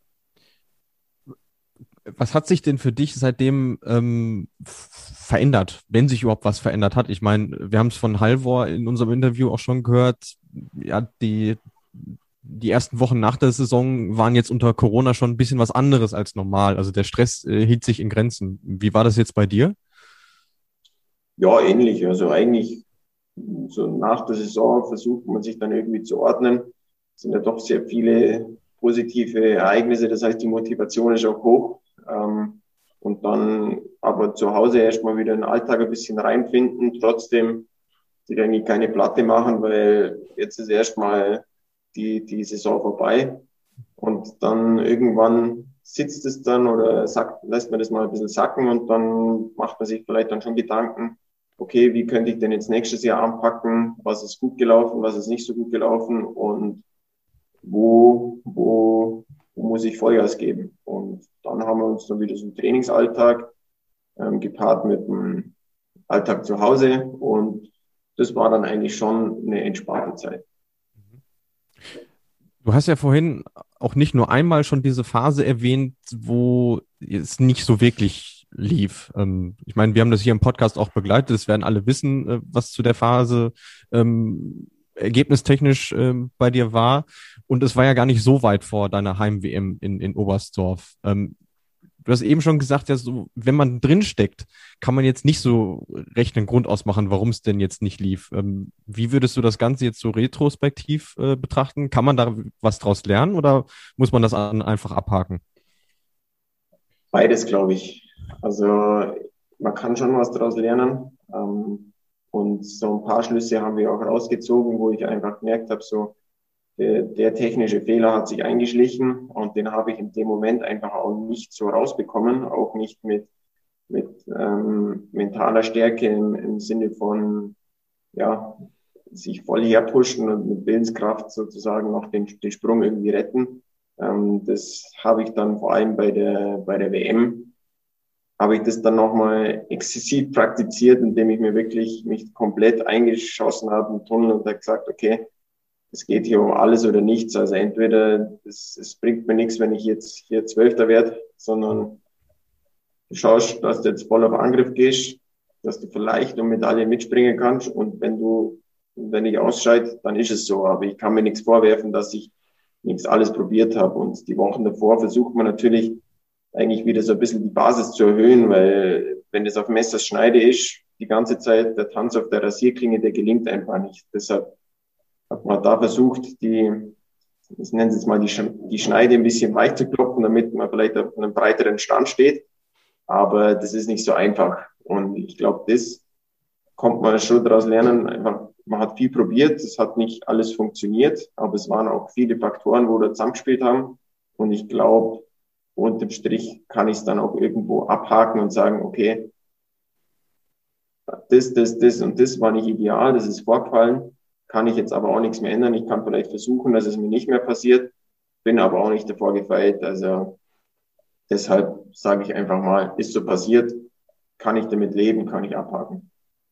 Was hat sich denn für dich seitdem verändert, wenn sich überhaupt was verändert hat? Ich meine, wir haben es von Halvor in unserem Interview auch schon gehört. Ja, die ersten Wochen nach der Saison waren jetzt unter Corona schon ein bisschen was anderes als normal. Also der Stress hielt sich in Grenzen. Wie war das jetzt bei dir? Ja, ähnlich. Also eigentlich so nach der Saison versucht man sich dann irgendwie zu ordnen. Es sind ja doch sehr viele positive Ereignisse. Das heißt, die Motivation ist auch hoch. Und dann aber zu Hause erstmal wieder in den Alltag ein bisschen reinfinden. Trotzdem sich eigentlich keine Platte machen, weil jetzt ist erstmal die Saison vorbei und dann irgendwann sitzt es dann oder lässt man das mal ein bisschen sacken und dann macht man sich vielleicht dann schon Gedanken, okay, wie könnte ich denn jetzt nächstes Jahr anpacken, was ist gut gelaufen, was ist nicht so gut gelaufen und wo muss ich Vollgas geben. Und dann haben wir uns dann wieder so einen Trainingsalltag gepaart mit dem Alltag zu Hause und das war dann eigentlich schon eine entspannte Zeit. Du hast ja vorhin auch nicht nur einmal schon diese Phase erwähnt, wo es nicht so wirklich lief. Ich meine, wir haben das hier im Podcast auch begleitet. Es werden alle wissen, was zu der Phase ergebnistechnisch bei dir war. Und es war ja gar nicht so weit vor deiner Heim-WM in Oberstdorf. Du hast eben schon gesagt, ja, so, wenn man drinsteckt, kann man jetzt nicht so recht einen Grund ausmachen, warum es denn jetzt nicht lief. Wie würdest du das Ganze jetzt so retrospektiv betrachten? Kann man da was draus lernen oder muss man das einfach abhaken? Beides, glaube ich. Also man kann schon was draus lernen. Und so ein paar Schlüsse haben wir auch rausgezogen, wo ich einfach gemerkt habe, so der technische Fehler hat sich eingeschlichen und den habe ich in dem Moment einfach auch nicht so rausbekommen, auch nicht mit mentaler Stärke im Sinne von sich voll herpushen und mit Willenskraft sozusagen noch den Sprung irgendwie retten. Das habe ich dann vor allem bei der WM habe ich das dann nochmal exzessiv praktiziert, indem ich mir wirklich mich komplett eingeschossen habe im Tunnel und habe gesagt, okay, es geht hier um alles oder nichts. Also entweder es bringt mir nichts, wenn ich jetzt hier Zwölfter werde, sondern du schaust, dass du jetzt voll auf Angriff gehst, dass du vielleicht um Medaille mitspringen kannst und wenn ich ausscheide, dann ist es so. Aber ich kann mir nichts vorwerfen, dass ich nichts alles probiert habe. Und die Wochen davor versucht man natürlich eigentlich wieder so ein bisschen die Basis zu erhöhen, weil wenn das auf Messerschneide ist, die ganze Zeit der Tanz auf der Rasierklinge, der gelingt einfach nicht. Deshalb hat man da versucht, ich nenne es jetzt mal die Schneide ein bisschen weich zu klopfen, damit man vielleicht auf einem breiteren Stand steht. aber das ist nicht so einfach. Und ich glaube, das kommt man schon daraus lernen. Einfach, man hat viel probiert, es hat nicht alles funktioniert, aber es waren auch viele Faktoren, wo da zusammengespielt haben. Und ich glaube, unterm Strich kann ich es dann auch irgendwo abhaken und sagen, okay, das und das war nicht ideal, das ist vorgefallen, kann ich jetzt aber auch nichts mehr ändern. Ich kann vielleicht versuchen, dass es mir nicht mehr passiert, bin aber auch nicht davor gefeit. Also deshalb sage ich einfach mal, ist so passiert, kann ich damit leben, kann ich abhaken.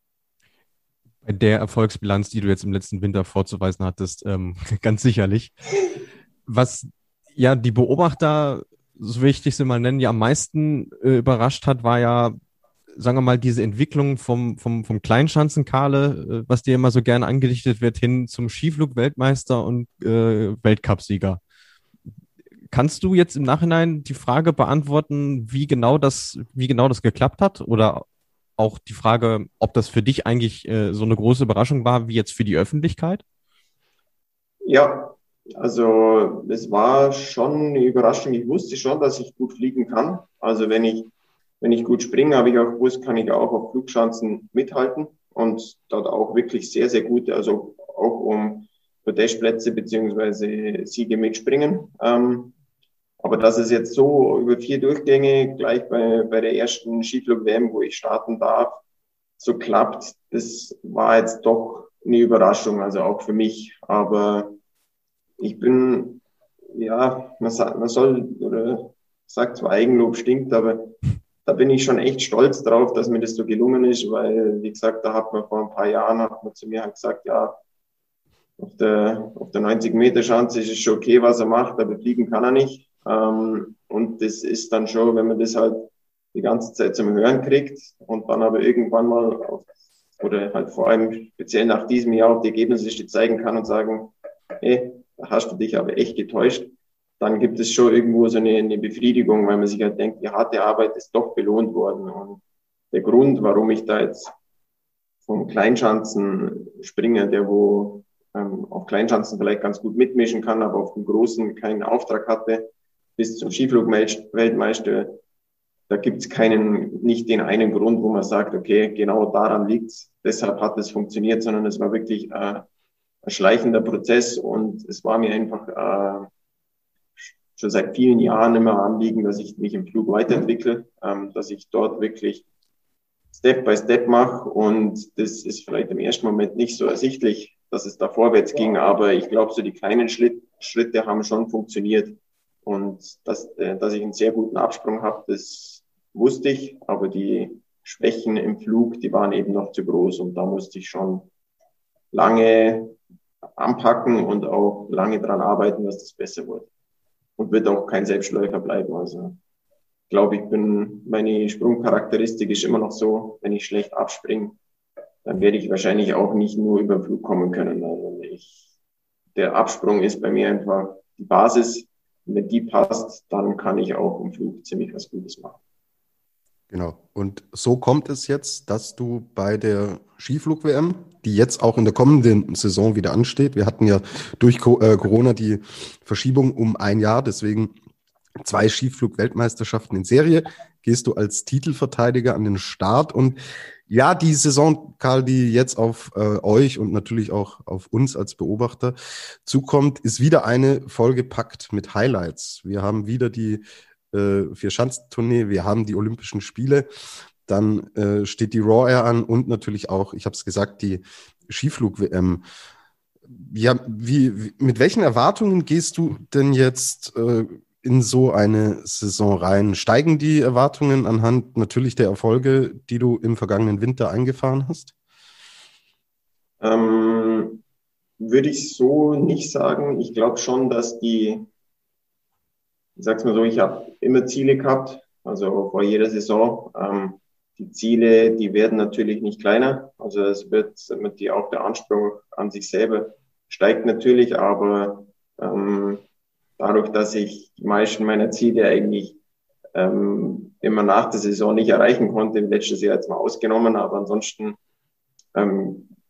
Bei der Erfolgsbilanz, die du jetzt im letzten Winter vorzuweisen hattest, ganz sicherlich. Was ja die Beobachter, so will ich dich mal nennen, ja am meisten überrascht hat, war ja, sagen wir mal, diese Entwicklung vom Kleinschanzenkale, was dir immer so gerne angedichtet wird, hin zum Skiflug-Weltmeister und Weltcupsieger. Kannst du jetzt im Nachhinein die Frage beantworten, wie genau das geklappt hat? Oder auch die Frage, ob das für dich eigentlich so eine große Überraschung war, wie jetzt für die Öffentlichkeit? Ja, also es war schon eine Überraschung. Ich wusste schon, dass ich gut fliegen kann. Also wenn ich gut springe, habe ich auch gewusst, kann ich auch auf Flugschanzen mithalten und dort auch wirklich sehr, sehr gute, also auch um Podestplätze beziehungsweise Siege mitspringen. Aber dass es jetzt so über 4 Durchgänge gleich bei der ersten Skiflug-WM, wo ich starten darf, so klappt, das war jetzt doch eine Überraschung, also auch für mich. Aber ich bin, ja, man soll, oder sagt zwar Eigenlob stinkt, aber da bin ich schon echt stolz drauf, dass mir das so gelungen ist, weil, wie gesagt, da hat man vor ein paar Jahren zu mir halt gesagt, ja, auf der 90-Meter-Schanze ist es schon okay, was er macht, aber fliegen kann er nicht. Und das ist dann schon, wenn man das halt die ganze Zeit zum Hören kriegt und dann aber irgendwann mal oder halt vor allem speziell nach diesem Jahr auch die Ergebnisse zeigen kann und sagen, hey, da hast du dich aber echt getäuscht, dann gibt es schon irgendwo so eine Befriedigung, weil man sich halt denkt, die harte Arbeit ist doch belohnt worden. Und der Grund, warum ich da jetzt vom Kleinschanzen springe, der wo auf Kleinschanzen vielleicht ganz gut mitmischen kann, aber auf dem Großen keinen Auftrag hatte, bis zum Skiflug-Weltmeister, da gibt es nicht den einen Grund, wo man sagt, okay, genau daran liegt's, deshalb hat es funktioniert, sondern es war wirklich ein schleichender Prozess und es war mir einfach schon seit vielen Jahren immer Anliegen, dass ich mich im Flug weiterentwickle, dass ich dort wirklich Step by Step mache und das ist vielleicht im ersten Moment nicht so ersichtlich, dass es da vorwärts ging, aber ich glaube, so die kleinen Schritte haben schon funktioniert und dass ich einen sehr guten Absprung habe, das wusste ich, aber die Schwächen im Flug, die waren eben noch zu groß und da musste ich schon lange anpacken und auch lange dran arbeiten, dass das besser wird. Und wird auch kein Selbstläufer bleiben. Also ich glaube, meine Sprungcharakteristik ist immer noch so, wenn ich schlecht abspringe, dann werde ich wahrscheinlich auch nicht nur über den Flug kommen können. Also der Absprung ist bei mir einfach die Basis. Und wenn die passt, dann kann ich auch im Flug ziemlich was Gutes machen. Genau. Und so kommt es jetzt, dass du bei der Skiflug-WM, die jetzt auch in der kommenden Saison wieder ansteht, wir hatten ja durch Corona die Verschiebung um ein Jahr, deswegen 2 Skiflug-Weltmeisterschaften in Serie, gehst du als Titelverteidiger an den Start. Und ja, die Saison, Karl, die jetzt auf euch und natürlich auch auf uns als Beobachter zukommt, ist wieder eine vollgepackt mit Highlights. Wir haben wieder die 4-Schanzentournee, wir haben die Olympischen Spiele, dann steht die Raw Air an und natürlich auch, ich habe es gesagt, die Skiflug-WM. Ja, mit welchen Erwartungen gehst du denn jetzt in so eine Saison rein? Steigen die Erwartungen anhand natürlich der Erfolge, die du im vergangenen Winter eingefahren hast? Würde ich so nicht sagen. Ich glaube schon, dass ich sag's mal so, ich habe immer Ziele gehabt, also vor jeder Saison. Die Ziele, die werden natürlich nicht kleiner. Also auch der Anspruch an sich selber steigt natürlich, aber dadurch, dass ich die meisten meiner Ziele eigentlich immer nach der Saison nicht erreichen konnte, letztes Jahr jetzt mal ausgenommen, aber ansonsten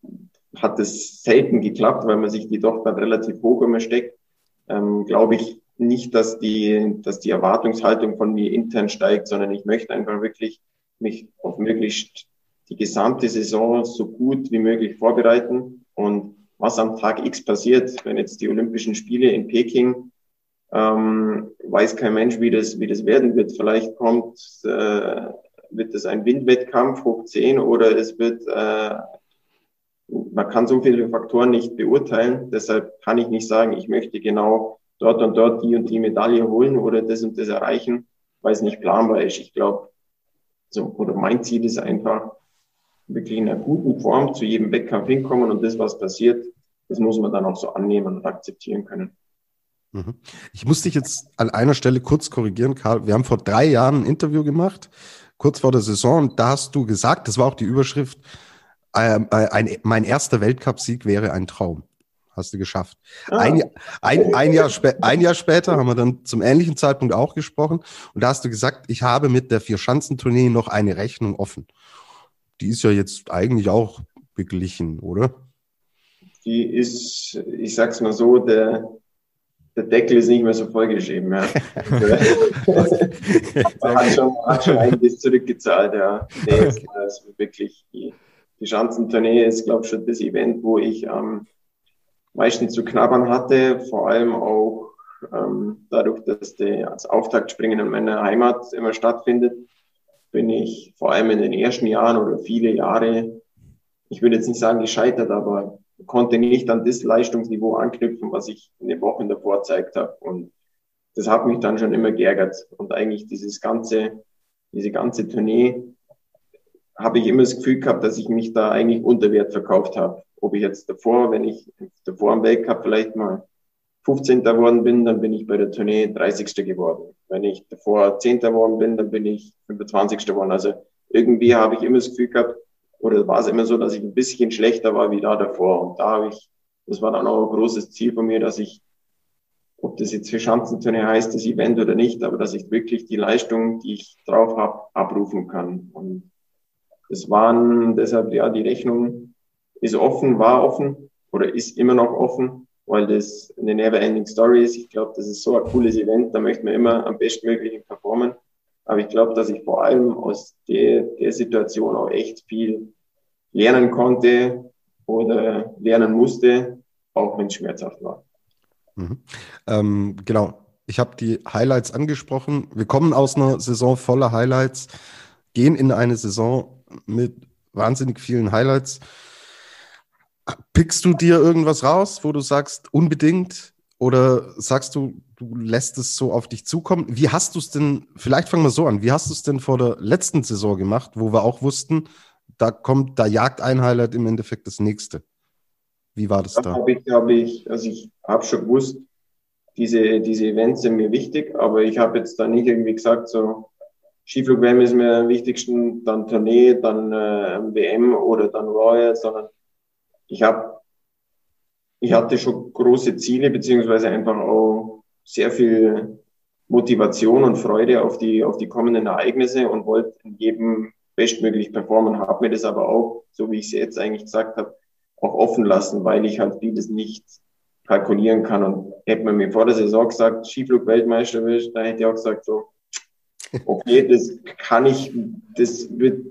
hat es selten geklappt, weil man sich die doch dann relativ hoch immer steckt. Glaube ich, nicht, dass die Erwartungshaltung von mir intern steigt, sondern ich möchte einfach wirklich mich auf möglichst die gesamte Saison so gut wie möglich vorbereiten. Und was am Tag X passiert, wenn jetzt die Olympischen Spiele in Peking, weiß kein Mensch, wie das werden wird. Vielleicht wird es ein Windwettkampf hoch 10 oder es wird, man kann so viele Faktoren nicht beurteilen. Deshalb kann ich nicht sagen, ich möchte genau dort und dort die und die Medaille holen oder das und das erreichen, weil es nicht planbar ist. Ich glaube, oder mein Ziel ist einfach, wirklich in einer guten Form zu jedem Wettkampf hinkommen und das, was passiert, das muss man dann auch so annehmen und akzeptieren können. Ich muss dich jetzt an einer Stelle kurz korrigieren, Karl. Wir haben vor 3 Jahren ein Interview gemacht, kurz vor der Saison, und da hast du gesagt, das war auch die Überschrift, mein erster Weltcupsieg wäre ein Traum. Hast du geschafft. Ein Jahr später haben wir dann zum ähnlichen Zeitpunkt auch gesprochen und da hast du gesagt, ich habe mit der Vierschanzentournee noch eine Rechnung offen. Die ist ja jetzt eigentlich auch beglichen, oder? Die ist, ich sag's mal so, der Deckel ist nicht mehr so vollgeschrieben. Ja. hat schon einiges zurückgezahlt. Ja. Nee, das ist wirklich die Schanzentournee ist, glaube ich, schon das Event, wo ich am meisten zu knabbern hatte. Vor allem auch dadurch, dass das Auftaktspringen in meiner Heimat immer stattfindet, bin ich vor allem in den ersten Jahren oder viele Jahre, ich würde jetzt nicht sagen gescheitert, aber konnte nicht an das Leistungsniveau anknüpfen, was ich in den Wochen davor gezeigt habe. Und das hat mich dann schon immer geärgert. Und eigentlich diese ganze Tournee habe ich immer das Gefühl gehabt, dass ich mich da eigentlich unter Wert verkauft habe. Ob ich jetzt wenn ich davor am Weltcup vielleicht mal 15. geworden bin, dann bin ich bei der Tournee 30. geworden. Wenn ich davor 10. geworden bin, dann bin ich 25. geworden. Also irgendwie habe ich immer das Gefühl gehabt, oder war es immer so, dass ich ein bisschen schlechter war wie da davor. Und das war dann auch ein großes Ziel von mir, dass ich, ob das jetzt für Schanzentournee heißt, das Event oder nicht, aber dass ich wirklich die Leistung, die ich drauf habe, abrufen kann. Und das waren deshalb, ja, die Rechnung ist offen, war offen oder ist immer noch offen, weil das eine never-ending Story ist. Ich glaube, das ist so ein cooles Event, da möchte man immer am bestmöglichen performen. Aber ich glaube, dass ich vor allem aus der Situation auch echt viel lernen konnte oder lernen musste, auch wenn es schmerzhaft war. Genau. Ich habe die Highlights angesprochen. Wir kommen aus einer Saison voller Highlights, gehen in eine Saison mit wahnsinnig vielen Highlights. Pickst du dir irgendwas raus, wo du sagst, unbedingt? Oder sagst du, du lässt es so auf dich zukommen? Wie hast du es denn, vielleicht fangen wir so an, wie hast du es denn vor der letzten Saison gemacht, wo wir auch wussten, da jagt ein Highlight im Endeffekt das nächste? Wie war das da? Ich habe schon gewusst, diese Events sind mir wichtig, aber ich habe jetzt da nicht irgendwie gesagt, so Skiflug-WM ist mir am wichtigsten, dann Tournee, dann WM oder dann Royal, sondern ich hatte schon große Ziele, beziehungsweise einfach auch sehr viel Motivation und Freude auf die kommenden Ereignisse und wollte in jedem bestmöglich performen, habe mir das aber auch, so wie ich es jetzt eigentlich gesagt habe, auch offen lassen, weil ich halt vieles nicht kalkulieren kann. Und hätte man mir vor der Saison gesagt, Skiflug-Weltmeister wirst, da hätte ich auch gesagt, so, okay, das kann ich mir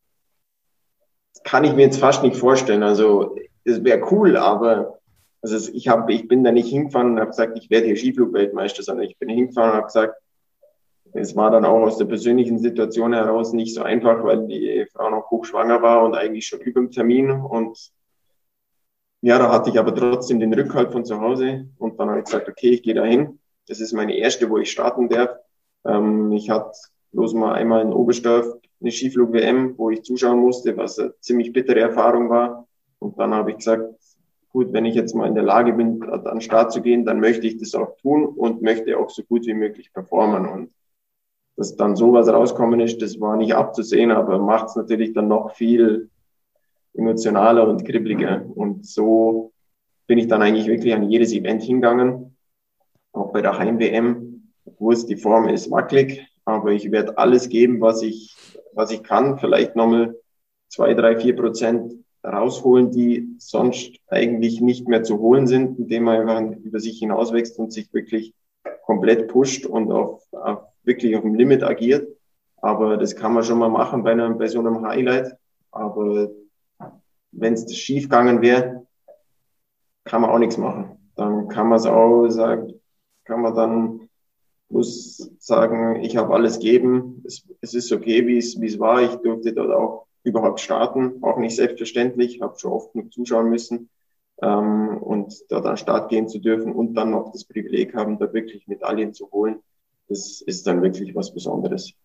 jetzt fast nicht vorstellen. Also, das wäre cool, aber also ich bin da nicht hingefahren und habe gesagt, ich werde hier Skiflug-Weltmeister, sondern ich bin hingefahren und habe gesagt, es war dann auch aus der persönlichen Situation heraus nicht so einfach, weil die Frau noch hochschwanger war und eigentlich schon über dem Termin. Und ja, da hatte ich aber trotzdem den Rückhalt von zu Hause. Und dann habe ich gesagt, okay, ich gehe da hin. Das ist meine erste, wo ich starten darf. Ich hatte bloß mal einmal in Oberstdorf eine Skiflug-WM, wo ich zuschauen musste, was eine ziemlich bittere Erfahrung war. Und dann habe ich gesagt, gut, wenn ich jetzt mal in der Lage bin, an den Start zu gehen, dann möchte ich das auch tun und möchte auch so gut wie möglich performen. Und dass dann sowas rauskommen ist, das war nicht abzusehen, aber macht es natürlich dann noch viel emotionaler und kribbeliger. Und so bin ich dann eigentlich wirklich an jedes Event hingegangen, auch bei der Heim-WM. Die Form ist wackelig, aber ich werde alles geben, was ich kann. Vielleicht nochmal 2, 3, 4% rausholen, die sonst eigentlich nicht mehr zu holen sind, indem man einfach über sich hinauswächst und sich wirklich komplett pusht und wirklich auf dem Limit agiert. Aber das kann man schon mal machen bei so einem Highlight. Aber wenn es schief gegangen wäre, kann man auch nichts machen. Dann kann man es auch sagen, kann man dann bloß sagen, ich habe alles gegeben. Es ist okay, wie es war. Ich durfte dort auch überhaupt starten, auch nicht selbstverständlich. Habe schon oft genug zuschauen müssen. Und dort an den Start gehen zu dürfen und dann noch das Privileg haben, da wirklich Medaillen zu holen, das ist dann wirklich was Besonderes.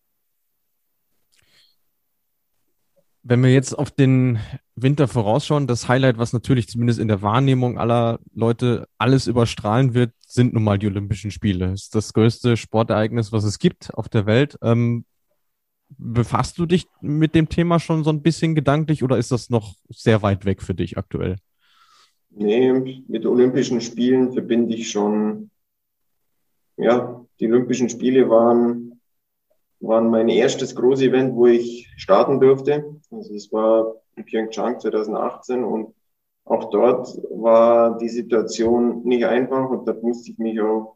Wenn wir jetzt auf den Winter vorausschauen, das Highlight, was natürlich zumindest in der Wahrnehmung aller Leute alles überstrahlen wird, sind nun mal die Olympischen Spiele. Das ist das größte Sportereignis, was es gibt auf der Welt. Befasst du dich mit dem Thema schon so ein bisschen gedanklich oder ist das noch sehr weit weg für dich aktuell? Nee, mit Olympischen Spielen verbinde ich schon, ja, die Olympischen Spiele waren mein erstes Großevent, wo ich starten durfte. Also es war in Pyeongchang 2018 und auch dort war die Situation nicht einfach und da musste ich auch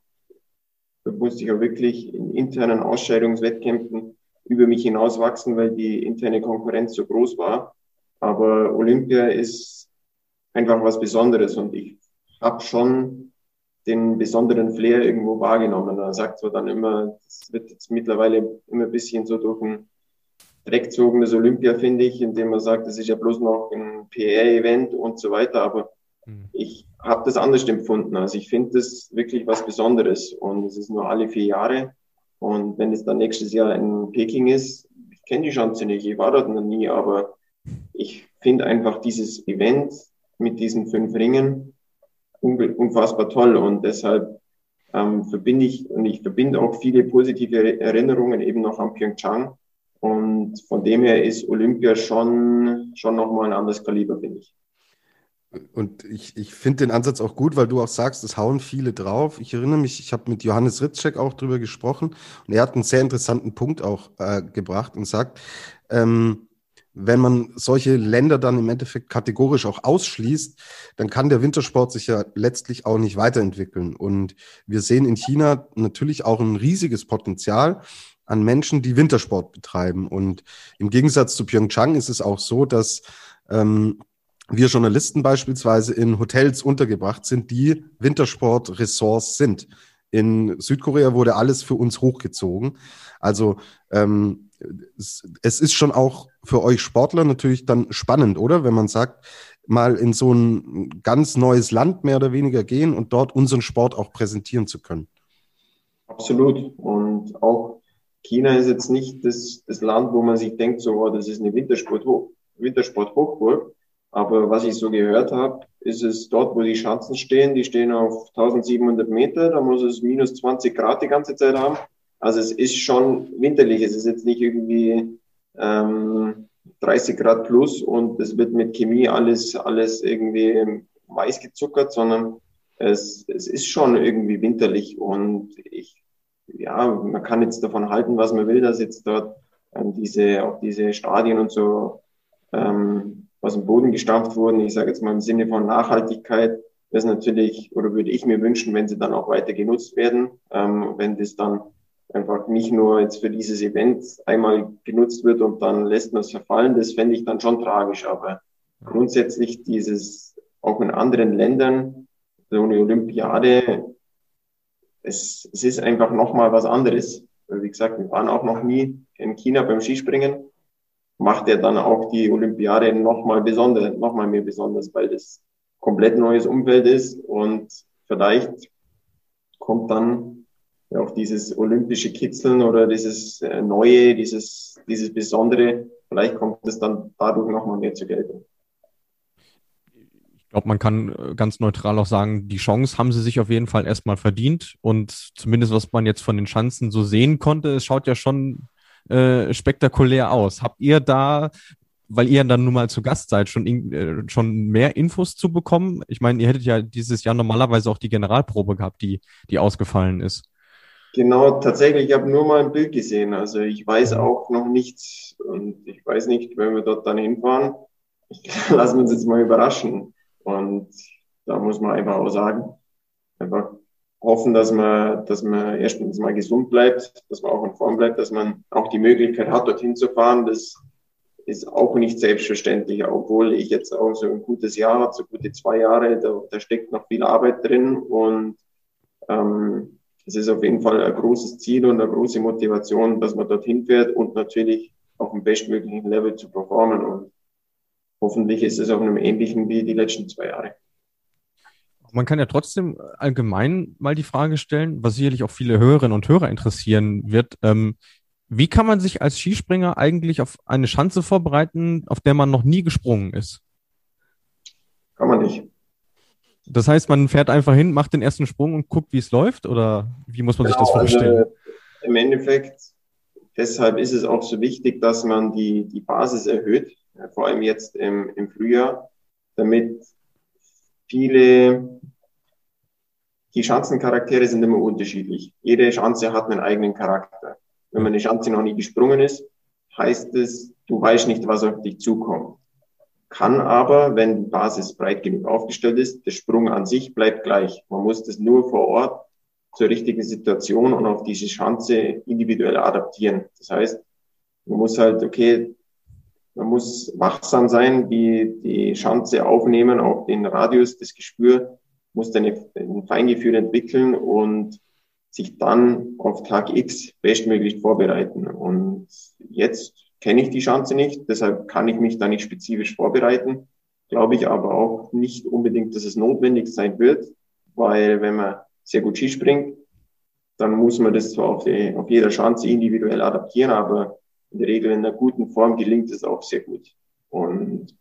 wirklich in internen Ausscheidungswettkämpfen über mich hinauswachsen, weil die interne Konkurrenz so groß war. Aber Olympia ist einfach was Besonderes und ich habe schon den besonderen Flair irgendwo wahrgenommen. Da sagt zwar dann immer, es wird jetzt mittlerweile immer ein bisschen so durch ein Dreck gezogen, das Olympia, finde ich, indem man sagt, das ist ja bloß noch ein PR-Event und so weiter, aber ich habe das anders empfunden. Also ich finde das wirklich was Besonderes und es ist nur alle 4 Jahre und wenn es dann nächstes Jahr in Peking ist, ich kenne die Chance nicht, ich war dort noch nie, aber ich finde einfach dieses Event mit diesen 5 Ringen unfassbar toll und deshalb verbinde auch viele positive Erinnerungen eben noch an Pyeongchang und von dem her ist Olympia schon nochmal ein anderes Kaliber, finde ich. Und ich finde den Ansatz auch gut, weil du auch sagst, es hauen viele drauf. Ich erinnere mich, ich habe mit Johannes Ritzschek auch drüber gesprochen und er hat einen sehr interessanten Punkt auch gebracht und sagt, wenn man solche Länder dann im Endeffekt kategorisch auch ausschließt, dann kann der Wintersport sich ja letztlich auch nicht weiterentwickeln. Und wir sehen in China natürlich auch ein riesiges Potenzial an Menschen, die Wintersport betreiben. Und im Gegensatz zu Pyeongchang ist es auch so, dass wir Journalisten beispielsweise in Hotels untergebracht sind, die Wintersport-Ressorts sind. In Südkorea wurde alles für uns hochgezogen. Also es ist schon auch für euch Sportler natürlich dann spannend, oder? Wenn man sagt, mal in so ein ganz neues Land mehr oder weniger gehen und dort unseren Sport auch präsentieren zu können. Absolut. Und auch China ist jetzt nicht das Land, wo man sich denkt, so, oh, das ist eine Wintersport-Hochburg. Aber was ich so gehört habe, ist es dort, wo die Schanzen stehen, die stehen auf 1700 Meter, da muss es minus 20 Grad die ganze Zeit haben. Also es ist schon winterlich, es ist jetzt nicht irgendwie 30 Grad plus und es wird mit Chemie alles irgendwie weiß gezuckert, sondern es ist schon irgendwie winterlich und man kann jetzt davon halten, was man will, dass jetzt dort diese Stadien und so aus dem Boden gestampft wurden. Ich sage jetzt mal im Sinne von Nachhaltigkeit, das natürlich, oder würde ich mir wünschen, wenn sie dann auch weiter genutzt werden, wenn das dann einfach nicht nur jetzt für dieses Event einmal genutzt wird und dann lässt man es verfallen, das fände ich dann schon tragisch. Aber grundsätzlich auch in anderen Ländern, so eine Olympiade, es ist einfach nochmal was anderes. Wie gesagt, wir waren auch noch nie in China beim Skispringen. Macht ja dann auch die Olympiade nochmal mehr besonders, weil das komplett neues Umfeld ist und vielleicht kommt dann auch dieses olympische Kitzeln oder dieses Neue, dieses Besondere, vielleicht kommt es dann dadurch nochmal mehr zur Geltung. Ich glaube, man kann ganz neutral auch sagen, die Chance haben sie sich auf jeden Fall erstmal verdient und zumindest was man jetzt von den Schanzen so sehen konnte, es schaut ja schon spektakulär aus. Habt ihr da, weil ihr dann nun mal zu Gast seid, schon mehr Infos zu bekommen? Ich meine, ihr hättet ja dieses Jahr normalerweise auch die Generalprobe gehabt, die ausgefallen ist. Genau, tatsächlich, ich habe nur mal ein Bild gesehen. Also ich weiß auch noch nichts und ich weiß nicht, wenn wir dort dann hinfahren, lassen wir uns jetzt mal überraschen. Und da muss man einfach auch sagen, einfach hoffen, dass man erstens mal gesund bleibt, dass man auch in Form bleibt, dass man auch die Möglichkeit hat, dorthin zu fahren. Das ist auch nicht selbstverständlich, obwohl ich jetzt auch so ein gutes Jahr habe, so gute 2 Jahre, da steckt noch viel Arbeit drin und es ist auf jeden Fall ein großes Ziel und eine große Motivation, dass man dorthin fährt und natürlich auf dem bestmöglichen Level zu performen und hoffentlich ist es auf einem ähnlichen wie die letzten 2 Jahre. Man kann ja trotzdem allgemein mal die Frage stellen, was sicherlich auch viele Hörerinnen und Hörer interessieren wird. Wie kann man sich als Skispringer eigentlich auf eine Schanze vorbereiten, auf der man noch nie gesprungen ist? Kann man nicht. Das heißt, man fährt einfach hin, macht den ersten Sprung und guckt, wie es läuft? Oder wie muss man sich das vorstellen? Also im Endeffekt, deshalb ist es auch so wichtig, dass man die Basis erhöht, vor allem jetzt im Frühjahr, damit die Schanzencharaktere sind immer unterschiedlich. Jede Schanze hat einen eigenen Charakter. Wenn man eine Schanze noch nie gesprungen ist, heißt es, du weißt nicht, was auf dich zukommt. Kann aber, wenn die Basis breit genug aufgestellt ist, der Sprung an sich bleibt gleich. Man muss das nur vor Ort zur richtigen Situation und auf diese Schanze individuell adaptieren. Das heißt, man muss man muss wachsam sein, die Schanze aufnehmen, auch den Radius, das Gespür, muss dann ein Feingefühl entwickeln und sich dann auf Tag X bestmöglich vorbereiten. Und jetzt kenne ich die Schanze nicht, deshalb kann ich mich da nicht spezifisch vorbereiten. Glaube ich aber auch nicht unbedingt, dass es notwendig sein wird, weil wenn man sehr gut Ski springt, dann muss man das zwar auf jeder Schanze individuell adaptieren, aber in der Regel in einer guten Form gelingt es auch sehr gut. Und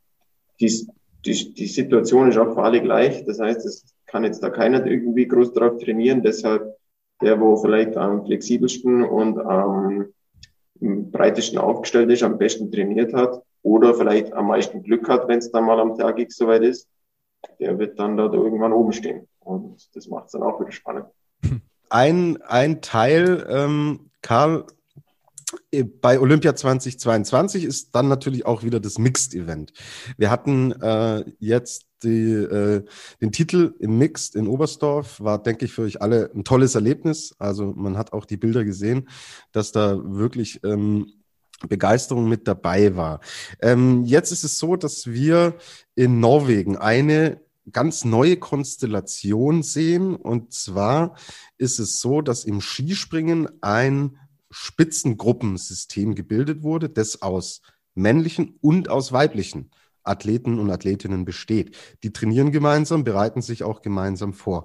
die Situation ist auch für alle gleich. Das heißt, es kann jetzt da keiner irgendwie groß drauf trainieren. Deshalb der, wo vielleicht am flexibelsten und am breitesten aufgestellt ist, am besten trainiert hat oder vielleicht am meisten Glück hat, wenn es dann mal am Tag X soweit ist, der wird dann da irgendwann oben stehen. Und das macht es dann auch wieder spannend. Ein Teil, Karl, bei Olympia 2022 ist dann natürlich auch wieder das Mixed-Event. Wir hatten jetzt den Titel im Mixed in Oberstdorf, war, denke ich, für euch alle ein tolles Erlebnis. Also man hat auch die Bilder gesehen, dass da wirklich Begeisterung mit dabei war. Jetzt ist es so, dass wir in Norwegen eine ganz neue Konstellation sehen. Und zwar ist es so, dass im Skispringen ein Spitzengruppensystem gebildet wurde, das aus männlichen und aus weiblichen Athleten und Athletinnen besteht. Die trainieren gemeinsam, bereiten sich auch gemeinsam vor.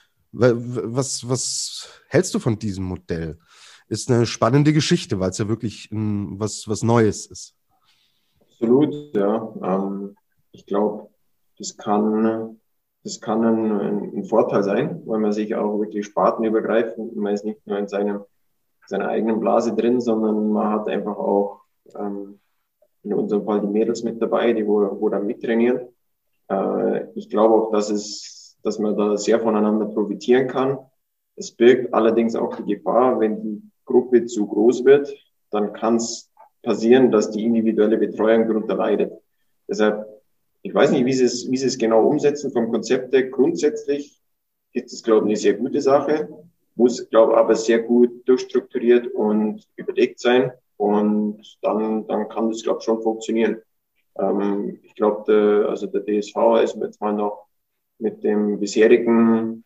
Was hältst du von diesem Modell? Ist eine spannende Geschichte, weil es ja wirklich was Neues ist. Absolut, ja. Ich glaube, das kann ein Vorteil sein, weil man sich auch wirklich spartenübergreifend, man ist nicht nur in seiner eigenen Blase drin, sondern man hat einfach auch in unserem Fall die Mädels mit dabei, die wo dann mittrainieren. Ich glaube auch, dass man da sehr voneinander profitieren kann. Es birgt allerdings auch die Gefahr, wenn die Gruppe zu groß wird, dann kann es passieren, dass die individuelle Betreuung darunter leidet. Deshalb, ich weiß nicht, wie sie es genau umsetzen vom Konzept her. Grundsätzlich ist es, glaube ich, eine sehr gute Sache. Muss, glaube ich, aber sehr gut durchstrukturiert und überlegt sein. Und dann kann das, glaube ich, schon funktionieren. Ich glaube, der DSV ist jetzt mal noch mit dem bisherigen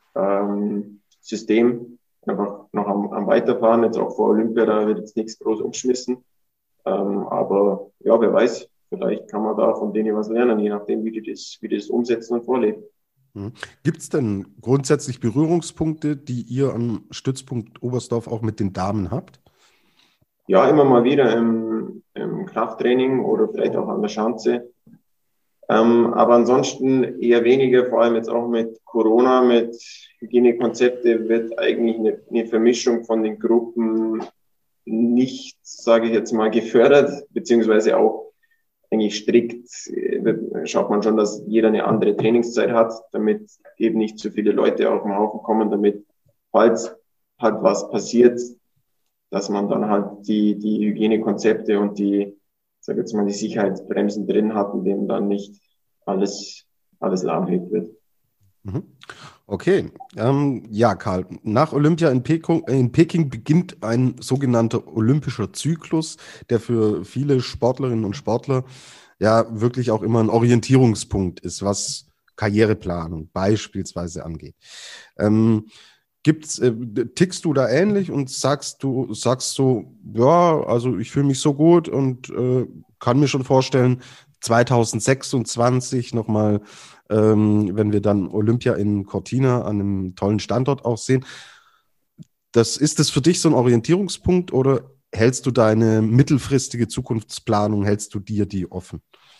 System einfach noch am Weiterfahren. Jetzt auch vor Olympia, da wird jetzt nichts groß umgeschmissen. Aber ja, wer weiß, vielleicht kann man da von denen was lernen, je nachdem, wie die das umsetzen und vorleben. Gibt es denn grundsätzlich Berührungspunkte, die ihr am Stützpunkt Oberstdorf auch mit den Damen habt? Ja, immer mal wieder im Krafttraining oder vielleicht auch an der Schanze. Aber ansonsten eher weniger, vor allem jetzt auch mit Corona, mit Hygienekonzepte wird eigentlich eine Vermischung von den Gruppen nicht, sage ich jetzt mal, gefördert, beziehungsweise auch eigentlich strikt schaut man schon, dass jeder eine andere Trainingszeit hat, damit eben nicht zu viele Leute auf den Haufen kommen, damit falls halt was passiert, dass man dann halt die Hygienekonzepte und die Sicherheitsbremsen drin hat, in denen dann nicht alles lahmgelegt wird. Mhm. Okay, ja, Karl, nach Olympia in Peking beginnt ein sogenannter olympischer Zyklus, der für viele Sportlerinnen und Sportler ja wirklich auch immer ein Orientierungspunkt ist, was Karriereplanung beispielsweise angeht. Ähm, tickst du da ähnlich und sagst so, ja, also ich fühle mich so gut und kann mir schon vorstellen, 2026 nochmal, wenn wir dann Olympia in Cortina an einem tollen Standort auch sehen. Ist das für dich so ein Orientierungspunkt oder hältst du deine mittelfristige Zukunftsplanung, hältst du dir die offen?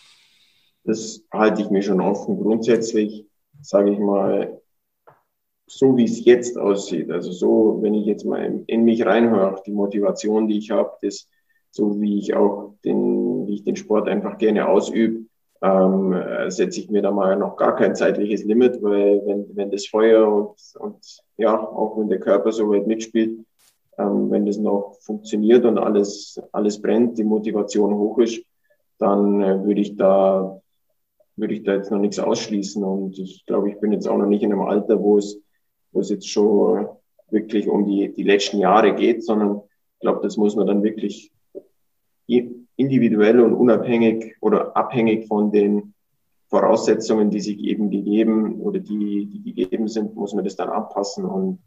Das halte ich mir schon offen. Grundsätzlich, sage ich mal, so wie es jetzt aussieht, also so, wenn ich jetzt mal in mich reinhöre, die Motivation, die ich habe, das, so wie ich den Sport einfach gerne ausübe, setze ich mir da mal noch gar kein zeitliches Limit, weil wenn das Feuer und ja, auch wenn der Körper so weit mitspielt, wenn das noch funktioniert und alles brennt, die Motivation hoch ist, dann würde ich da jetzt noch nichts ausschließen. Und ich glaube, ich bin jetzt auch noch nicht in einem Alter, wo es jetzt schon wirklich um die letzten Jahre geht, sondern ich glaube, das muss man dann wirklich individuell und unabhängig oder abhängig von den Voraussetzungen, die sich eben gegeben oder die gegeben sind, muss man das dann anpassen. Und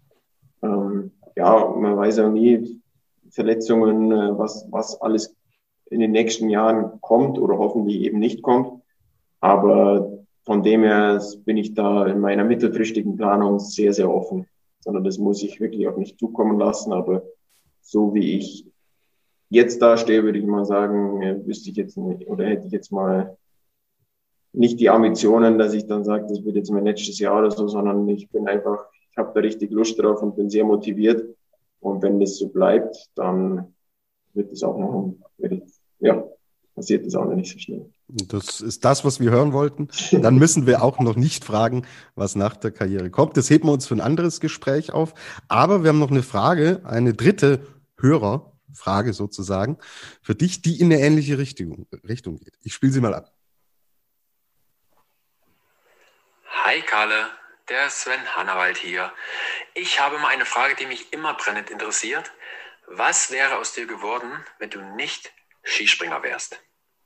ja, man weiß ja nie, Verletzungen, was alles in den nächsten Jahren kommt oder hoffentlich eben nicht kommt. Aber von dem her bin ich da in meiner mittelfristigen Planung sehr, sehr offen. Sondern das muss ich wirklich auf mich zukommen lassen. Aber so wie ich jetzt dastehe, würde ich mal sagen, wüsste ich jetzt nicht, oder hätte ich jetzt mal nicht die Ambitionen, dass ich dann sage, das wird jetzt mein letztes Jahr oder so, sondern ich habe da richtig Lust drauf und bin sehr motiviert. Und wenn das so bleibt, dann wird es auch noch, passiert das auch noch nicht so schnell. Das ist das, was wir hören wollten. Dann müssen wir auch noch nicht fragen, was nach der Karriere kommt. Das heben wir uns für ein anderes Gespräch auf. Aber wir haben noch eine Frage, eine dritte Hörerfrage sozusagen, für dich, die in eine ähnliche Richtung geht. Ich spiele sie mal ab. Hi Kalle, der Sven Hannawald hier. Ich habe mal eine Frage, die mich immer brennend interessiert. Was wäre aus dir geworden, wenn du nicht Skispringer wärst?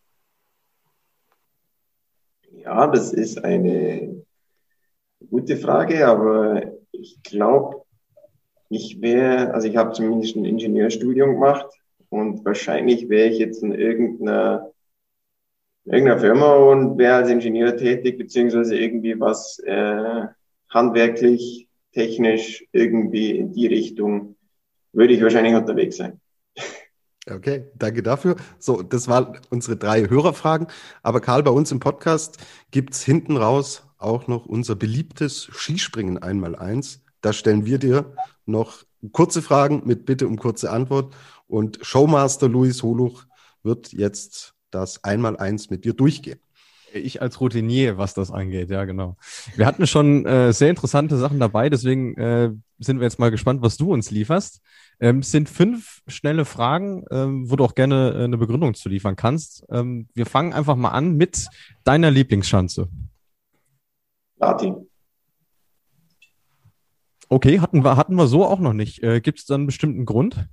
Ja, das ist eine gute Frage, aber ich glaube, ich habe zumindest ein Ingenieurstudium gemacht und wahrscheinlich wäre ich jetzt in irgendeiner Firma und wäre als Ingenieur tätig, beziehungsweise irgendwie was handwerklich, technisch, irgendwie in die Richtung würde ich wahrscheinlich unterwegs sein. Okay, danke dafür. So, das waren unsere 3 Hörerfragen. Aber Karl, bei uns im Podcast gibt's hinten raus auch noch unser beliebtes Skispringen 1x1. Da stellen wir dir noch kurze Fragen mit Bitte um kurze Antwort. Und Showmaster Luis Holuch wird jetzt das 1x1 mit dir durchgehen. Ich als Routinier, was das angeht, ja genau. Wir hatten schon sehr interessante Sachen dabei, deswegen sind wir jetzt mal gespannt, was du uns lieferst. Es sind 5 schnelle Fragen, wo du auch gerne eine Begründung zu liefern kannst. Wir fangen einfach mal an mit deiner Lieblingsschanze. Lati. Okay, hatten wir so auch noch nicht. Gibt es da einen bestimmten Grund?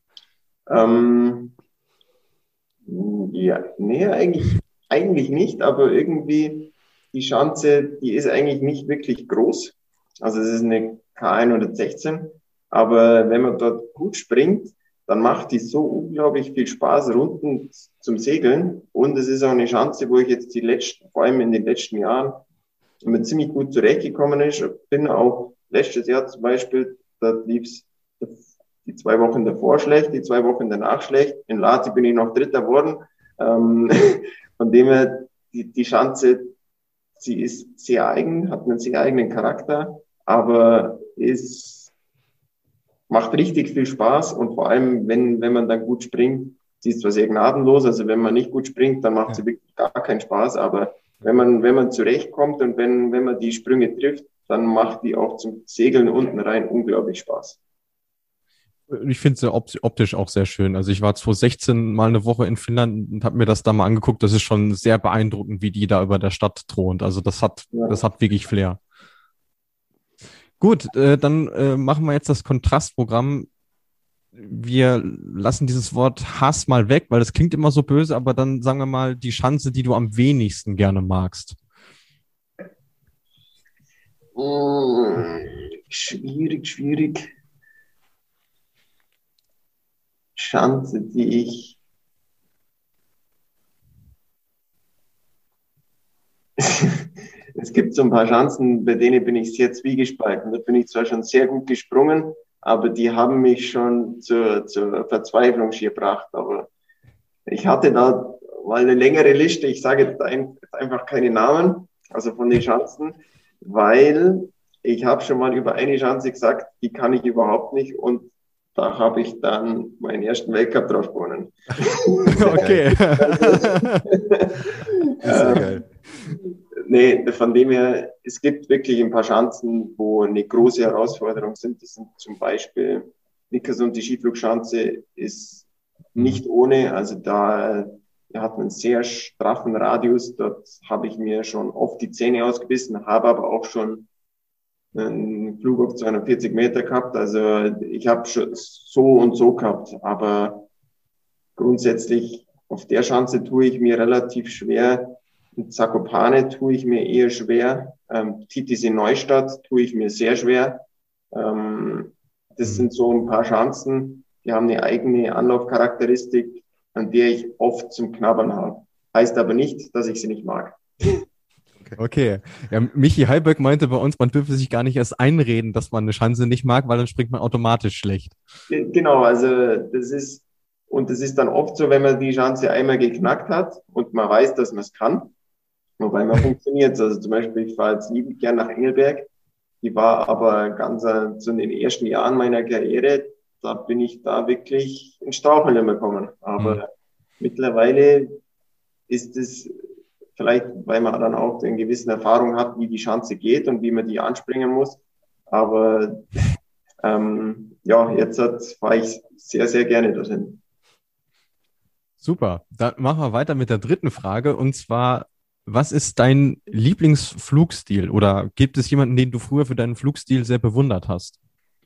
Ja, nee, eigentlich nicht, aber irgendwie die Schanze, die ist eigentlich nicht wirklich groß. Also es ist eine K116, aber wenn man dort gut springt, dann macht die so unglaublich viel Spaß, Runden zum Segeln. Und es ist auch eine Schanze, wo ich jetzt vor allem in den letzten Jahren, immer ziemlich gut zurechtgekommen ist. Bin auch letztes Jahr zum Beispiel, da lief's die 2 Wochen davor schlecht, die 2 Wochen danach schlecht. In Lati bin ich noch Dritter geworden. Von dem her, die Schanze, sie ist sehr eigen, hat einen sehr eigenen Charakter, aber macht richtig viel Spaß und vor allem, wenn man dann gut springt, sie ist zwar sehr gnadenlos, also wenn man nicht gut springt, dann macht sie wirklich gar keinen Spaß, aber wenn man zurechtkommt und wenn man die Sprünge trifft, dann macht die auch zum Segeln unten rein unglaublich Spaß. Ich finde sie optisch auch sehr schön. Also ich war 2016 mal eine Woche in Finnland und habe mir das da mal angeguckt. Das ist schon sehr beeindruckend, wie die da über der Stadt thront. Also das hat wirklich Flair. Gut, dann machen wir jetzt das Kontrastprogramm. Wir lassen dieses Wort Hass mal weg, weil das klingt immer so böse, aber dann sagen wir mal die Schanze, die du am wenigsten gerne magst. Schwierig. Schanze, die ich. Es gibt so ein paar Schanzen, bei denen bin ich sehr zwiegespalten. Da bin ich zwar schon sehr gut gesprungen, aber die haben mich schon zur Verzweiflung gebracht. Aber ich hatte da mal eine längere Liste. Ich sage jetzt einfach keine Namen, also von den Schanzen, weil ich habe schon mal über eine Schanze gesagt, die kann ich überhaupt nicht. Und da habe ich dann meinen ersten Weltcup drauf gewonnen. Okay. Sehr geil. Nee, von dem her, es gibt wirklich ein paar Schanzen, wo eine große Herausforderung sind. Das sind zum Beispiel Vickersund, die Skiflugschanze ist nicht ohne. Also da hat einen sehr straffen Radius. Dort habe ich mir schon oft die Zähne ausgebissen, habe aber auch schon einen Flug auf 240 Meter gehabt. Also ich habe schon so und so gehabt. Aber grundsätzlich auf der Schanze tue ich mir relativ schwer. In Zakopane tue ich mir eher schwer. Titis in Neustadt tue ich mir sehr schwer. Das sind so ein paar Schanzen, die haben eine eigene Anlaufcharakteristik, an der ich oft zum Knabbern habe. Heißt aber nicht, dass ich sie nicht mag. Okay. Ja, Michi Heilböck meinte bei uns, man dürfe sich gar nicht erst einreden, dass man eine Schanze nicht mag, weil dann springt man automatisch schlecht. Genau, also das ist dann oft so, wenn man die Schanze einmal geknackt hat und man weiß, dass man es kann. Wobei man funktioniert. Also zum Beispiel, ich fahre jetzt liebend gern nach Engelberg. Die war aber ganz zu den ersten Jahren meiner Karriere, da bin ich da wirklich in Straucheln immer gekommen. Aber mittlerweile ist es vielleicht, weil man dann auch eine gewisse Erfahrung hat, wie die Schanze geht und wie man die anspringen muss. Aber jetzt fahre ich sehr, sehr gerne dorthin. Super. Dann machen wir weiter mit der dritten Frage und zwar: Was ist dein Lieblingsflugstil oder gibt es jemanden, den du früher für deinen Flugstil sehr bewundert hast?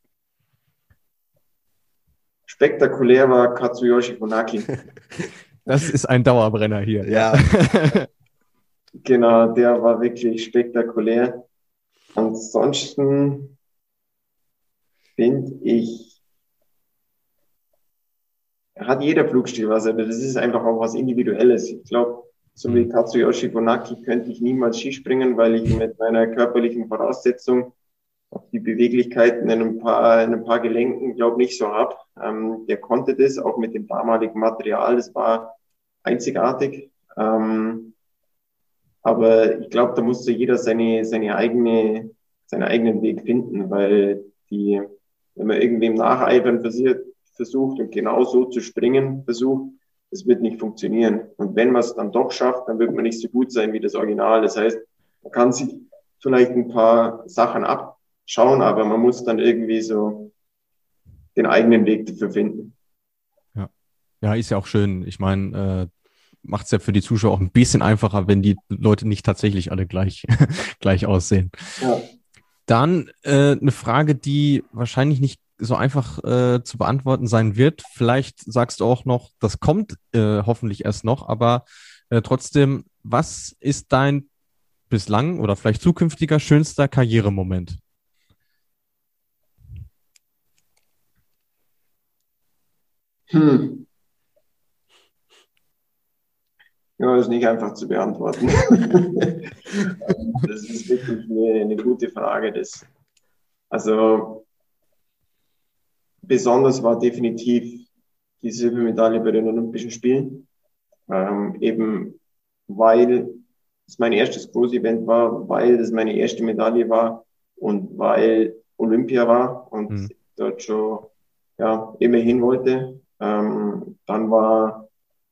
Spektakulär war Katsuyoshi Funaki. Das ist ein Dauerbrenner hier. Ja. Genau, der war wirklich spektakulär. Ansonsten finde ich, hat jeder Flugstil was, aber das ist einfach auch was Individuelles. Ich glaube, so wie Katsuyoshi Funaki könnte ich niemals Skispringen, weil ich mit meiner körperlichen Voraussetzung auch die Beweglichkeiten in ein paar Gelenken, glaube nicht so habe. Der konnte das, auch mit dem damaligen Material, das war einzigartig. Aber ich glaube, da musste jeder seinen eigenen Weg finden, weil wenn man irgendwem nacheifern versucht und genau so zu springen versucht, das wird nicht funktionieren. Und wenn man es dann doch schafft, dann wird man nicht so gut sein wie das Original. Das heißt, man kann sich vielleicht ein paar Sachen abschauen, aber man muss dann irgendwie so den eigenen Weg dafür finden. Ja, ist ja auch schön. Ich meine, macht es ja für die Zuschauer auch ein bisschen einfacher, wenn die Leute nicht tatsächlich alle gleich aussehen. Ja. Dann eine Frage, die wahrscheinlich nicht so einfach zu beantworten sein wird. Vielleicht sagst du auch noch, das kommt hoffentlich erst noch, aber trotzdem, was ist dein bislang oder vielleicht zukünftiger schönster Karrieremoment? Ja, ist nicht einfach zu beantworten. Das ist wirklich eine gute Frage. Also besonders war definitiv die Silbermedaille bei den Olympischen Spielen. Eben weil es mein erstes Großevent war, weil es meine erste Medaille war und weil Olympia war und ich dort schon immer hin wollte. Dann war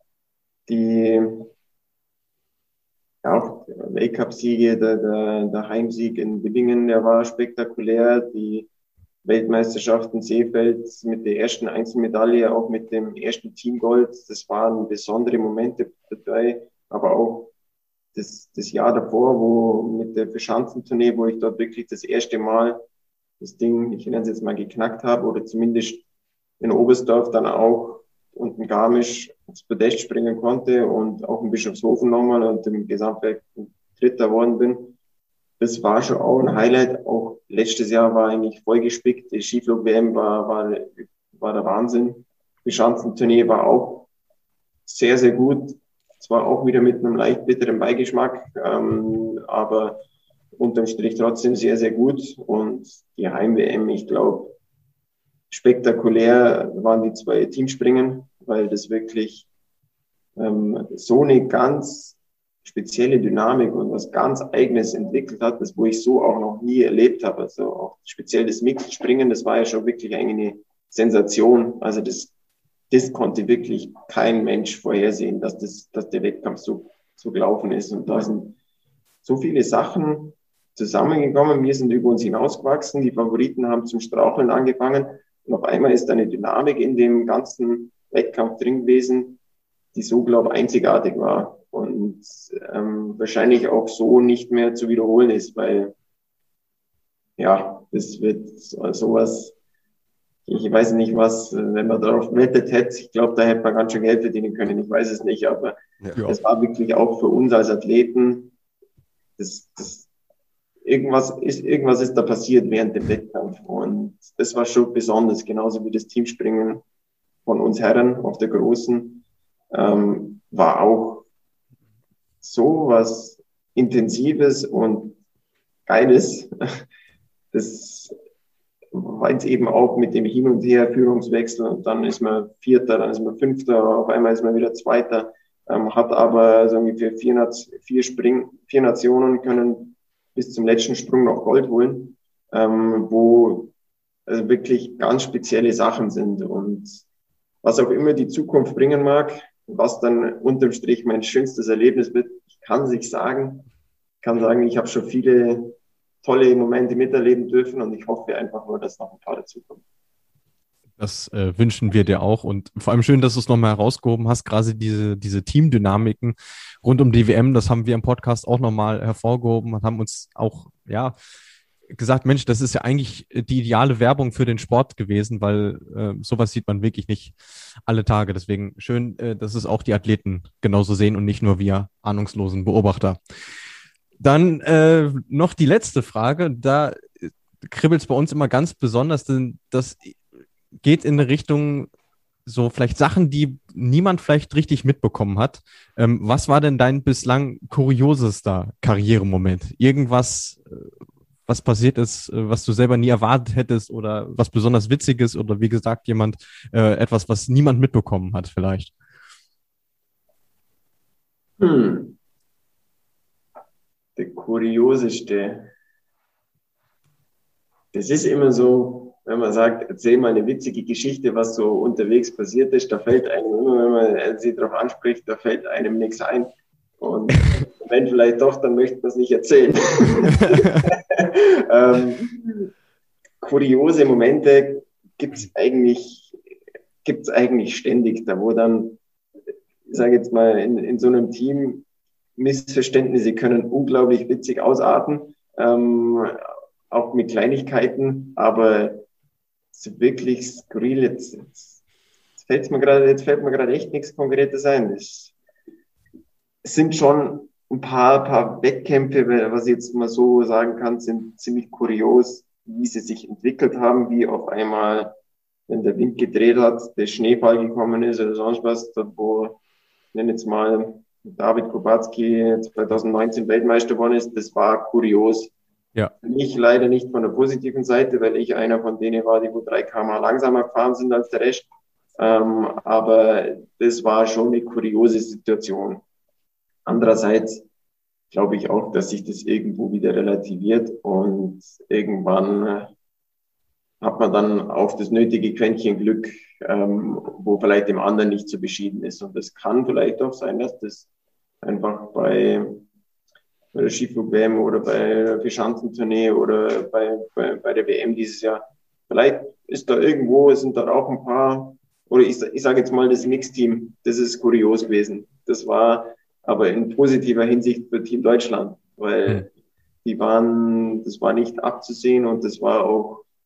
auch der Weltcup-Siege, der Heimsieg in Dillingen, der war spektakulär. Die Weltmeisterschaft in Seefeld mit der ersten Einzelmedaille, auch mit dem ersten Teamgold, das waren besondere Momente dabei. Aber auch das Jahr davor, wo mit der Verschanzentournee, wo ich dort wirklich das erste Mal das Ding, ich nenne es jetzt mal, geknackt habe oder zumindest in Oberstdorf dann auch und in Garmisch ins Podest springen konnte und auch in Bischofshofen nochmal und im Gesamtwerk Dritter geworden bin. Das war schon auch ein Highlight. Auch letztes Jahr war eigentlich vollgespickt. Die Skiflug-WM war der Wahnsinn. Die Schanzentournee war auch sehr, sehr gut. Zwar auch wieder mit einem leicht bitteren Beigeschmack, aber unterm Strich trotzdem sehr, sehr gut. Und die Heim-WM, ich glaube, spektakulär waren die 2 Teamspringen, weil das wirklich so eine ganz spezielle Dynamik und was ganz Eigenes entwickelt hat, das wo ich so auch noch nie erlebt habe. Also auch speziell das Mixed-Springen, das war ja schon wirklich eine Sensation. Also das konnte wirklich kein Mensch vorhersehen, dass der Wettkampf so gelaufen ist. Und da sind so viele Sachen zusammengekommen. Wir sind über uns hinausgewachsen. Die Favoriten haben zum Straucheln angefangen. Und auf einmal ist eine Dynamik in dem ganzen Wettkampf drin gewesen, die so, glaube ich, einzigartig war. Und wahrscheinlich auch so nicht mehr zu wiederholen ist, weil ja, das wird sowas, ich weiß nicht was, wenn man darauf gewettet hätte, ich glaube, da hätte man ganz schön Geld verdienen können, ich weiß es nicht, aber es war wirklich auch für uns als Athleten, irgendwas ist da passiert während dem Wettkampf und das war schon besonders, genauso wie das Teamspringen von uns Herren auf der Großen, war auch so was Intensives und Geiles. Das war jetzt eben auch mit dem Hin und Her, Führungswechsel und dann ist man Vierter, dann ist man Fünfter, auf einmal ist man wieder Zweiter, hat aber so ungefähr 4 Nationen können bis zum letzten Sprung noch Gold holen, wo also wirklich ganz spezielle Sachen sind und was auch immer die Zukunft bringen mag, was dann unterm Strich mein schönstes Erlebnis wird, ich kann sagen, ich habe schon viele tolle Momente miterleben dürfen und ich hoffe einfach nur, dass noch ein paar dazukommen. Das wünschen wir dir auch und vor allem schön, dass du es nochmal herausgehoben hast, gerade diese Teamdynamiken rund um die WM, das haben wir im Podcast auch nochmal hervorgehoben und haben uns auch, ja, gesagt, Mensch, das ist ja eigentlich die ideale Werbung für den Sport gewesen, weil sowas sieht man wirklich nicht alle Tage. Deswegen schön, dass es auch die Athleten genauso sehen und nicht nur wir ahnungslosen Beobachter. Dann noch die letzte Frage. Da kribbelt es bei uns immer ganz besonders, denn das geht in eine Richtung so vielleicht Sachen, die niemand vielleicht richtig mitbekommen hat. Was war denn dein bislang kuriosester Karrieremoment? Irgendwas, was passiert ist, was du selber nie erwartet hättest oder was besonders Witziges oder wie gesagt etwas, was niemand mitbekommen hat vielleicht? Der kurioseste. Das ist immer so, wenn man sagt, erzähl mal eine witzige Geschichte, was so unterwegs passiert ist, da fällt einem immer, wenn man sie darauf anspricht, da fällt einem nichts ein. Und wenn vielleicht doch, dann möchte man es nicht erzählen. Kuriose Momente gibt's eigentlich ständig, da wo dann, ich sage jetzt mal, in so einem Team Missverständnisse können unglaublich witzig ausarten, auch mit Kleinigkeiten, aber so wirklich skurril, jetzt fällt mir gerade echt nichts Konkretes ein. Es sind schon ein paar Wettkämpfe, was ich jetzt mal so sagen kann, sind ziemlich kurios, wie sie sich entwickelt haben, wie auf einmal, wenn der Wind gedreht hat, der Schneefall gekommen ist oder sonst was, dort wo, ich nenne jetzt mal, David Kubacki 2019 Weltmeister geworden ist, das war kurios. Ja. Ich leider nicht von der positiven Seite, weil ich einer von denen war, die wo 3 km/h langsamer gefahren sind als der Rest. Aber das war schon eine kuriose Situation. Andererseits glaube ich auch, dass sich das irgendwo wieder relativiert und irgendwann hat man dann auch das nötige Quäntchen Glück, wo vielleicht dem anderen nicht so beschieden ist. Und das kann vielleicht auch sein, dass das einfach bei der Skiflug-WM oder bei der Vischanzentournee oder bei der WM dieses Jahr, vielleicht ist da irgendwo, sind da auch ein paar, oder ich sage jetzt mal das Mixteam, das ist kurios gewesen. Das war aber in positiver Hinsicht für Team Deutschland, weil das war nicht abzusehen und das war auch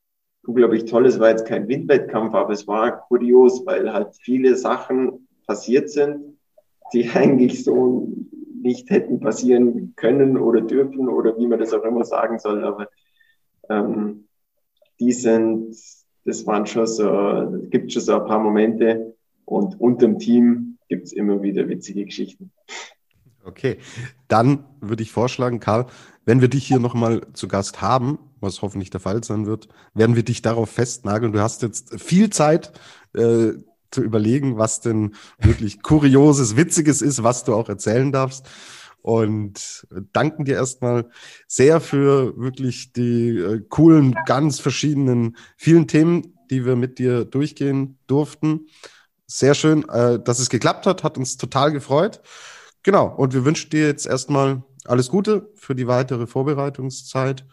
unglaublich toll. Es war jetzt kein Windwettkampf, aber es war kurios, weil halt viele Sachen passiert sind, die eigentlich so nicht hätten passieren können oder dürfen oder wie man das auch immer sagen soll. Aber das waren schon so, es gibt schon so ein paar Momente und unterm Team gibt es immer wieder witzige Geschichten. Okay, dann würde ich vorschlagen, Karl, wenn wir dich hier nochmal zu Gast haben, was hoffentlich der Fall sein wird, werden wir dich darauf festnageln. Du hast jetzt viel Zeit zu überlegen, was denn wirklich Kurioses, Witziges ist, was du auch erzählen darfst. Und danken dir erstmal sehr für wirklich die coolen, ganz verschiedenen, vielen Themen, die wir mit dir durchgehen durften. Sehr schön, dass es geklappt hat uns total gefreut. Genau, und wir wünschen dir jetzt erstmal alles Gute für die weitere Vorbereitungszeit.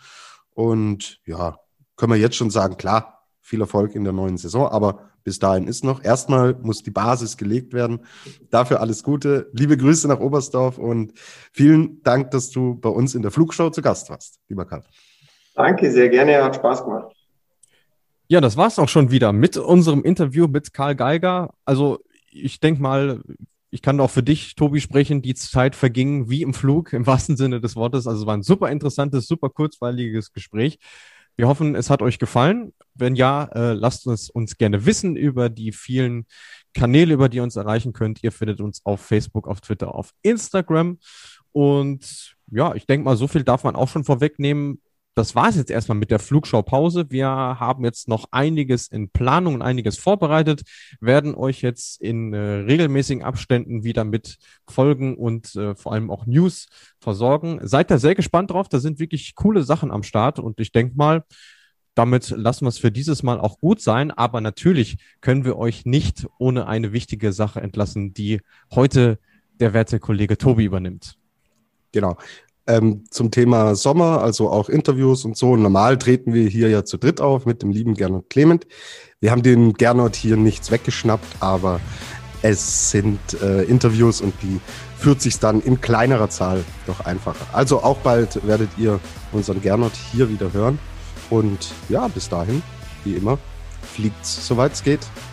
Und ja, können wir jetzt schon sagen, klar, viel Erfolg in der neuen Saison, aber bis dahin ist noch. Erstmal muss die Basis gelegt werden. Dafür alles Gute. Liebe Grüße nach Oberstdorf und vielen Dank, dass du bei uns in der Flugshow zu Gast warst, lieber Karl. Danke, sehr gerne, hat Spaß gemacht. Ja, das war's auch schon wieder mit unserem Interview mit Karl Geiger. Also ich denke mal, ich kann auch für dich, Tobi, sprechen. Die Zeit verging wie im Flug, im wahrsten Sinne des Wortes. Also es war ein super interessantes, super kurzweiliges Gespräch. Wir hoffen, es hat euch gefallen. Wenn ja, lasst uns gerne wissen über die vielen Kanäle, über die ihr uns erreichen könnt. Ihr findet uns auf Facebook, auf Twitter, auf Instagram. Und ja, ich denke mal, so viel darf man auch schon vorwegnehmen. Das war es jetzt erstmal mit der Flugschau-Pause. Wir haben jetzt noch einiges in Planung und einiges vorbereitet, werden euch jetzt in regelmäßigen Abständen wieder mit Folgen und vor allem auch News versorgen. Seid da sehr gespannt drauf, da sind wirklich coole Sachen am Start und ich denke mal, damit lassen wir es für dieses Mal auch gut sein, aber natürlich können wir euch nicht ohne eine wichtige Sache entlassen, die heute der werte Kollege Tobi übernimmt. Genau. Zum Thema Sommer, also auch Interviews und so. Normal treten wir hier ja zu dritt auf mit dem lieben Gernot Clement. Wir haben dem Gernot hier nichts weggeschnappt, aber es sind Interviews und die führt sich dann in kleinerer Zahl doch einfacher. Also auch bald werdet ihr unseren Gernot hier wieder hören. Und ja, bis dahin, wie immer, fliegt's, soweit es geht.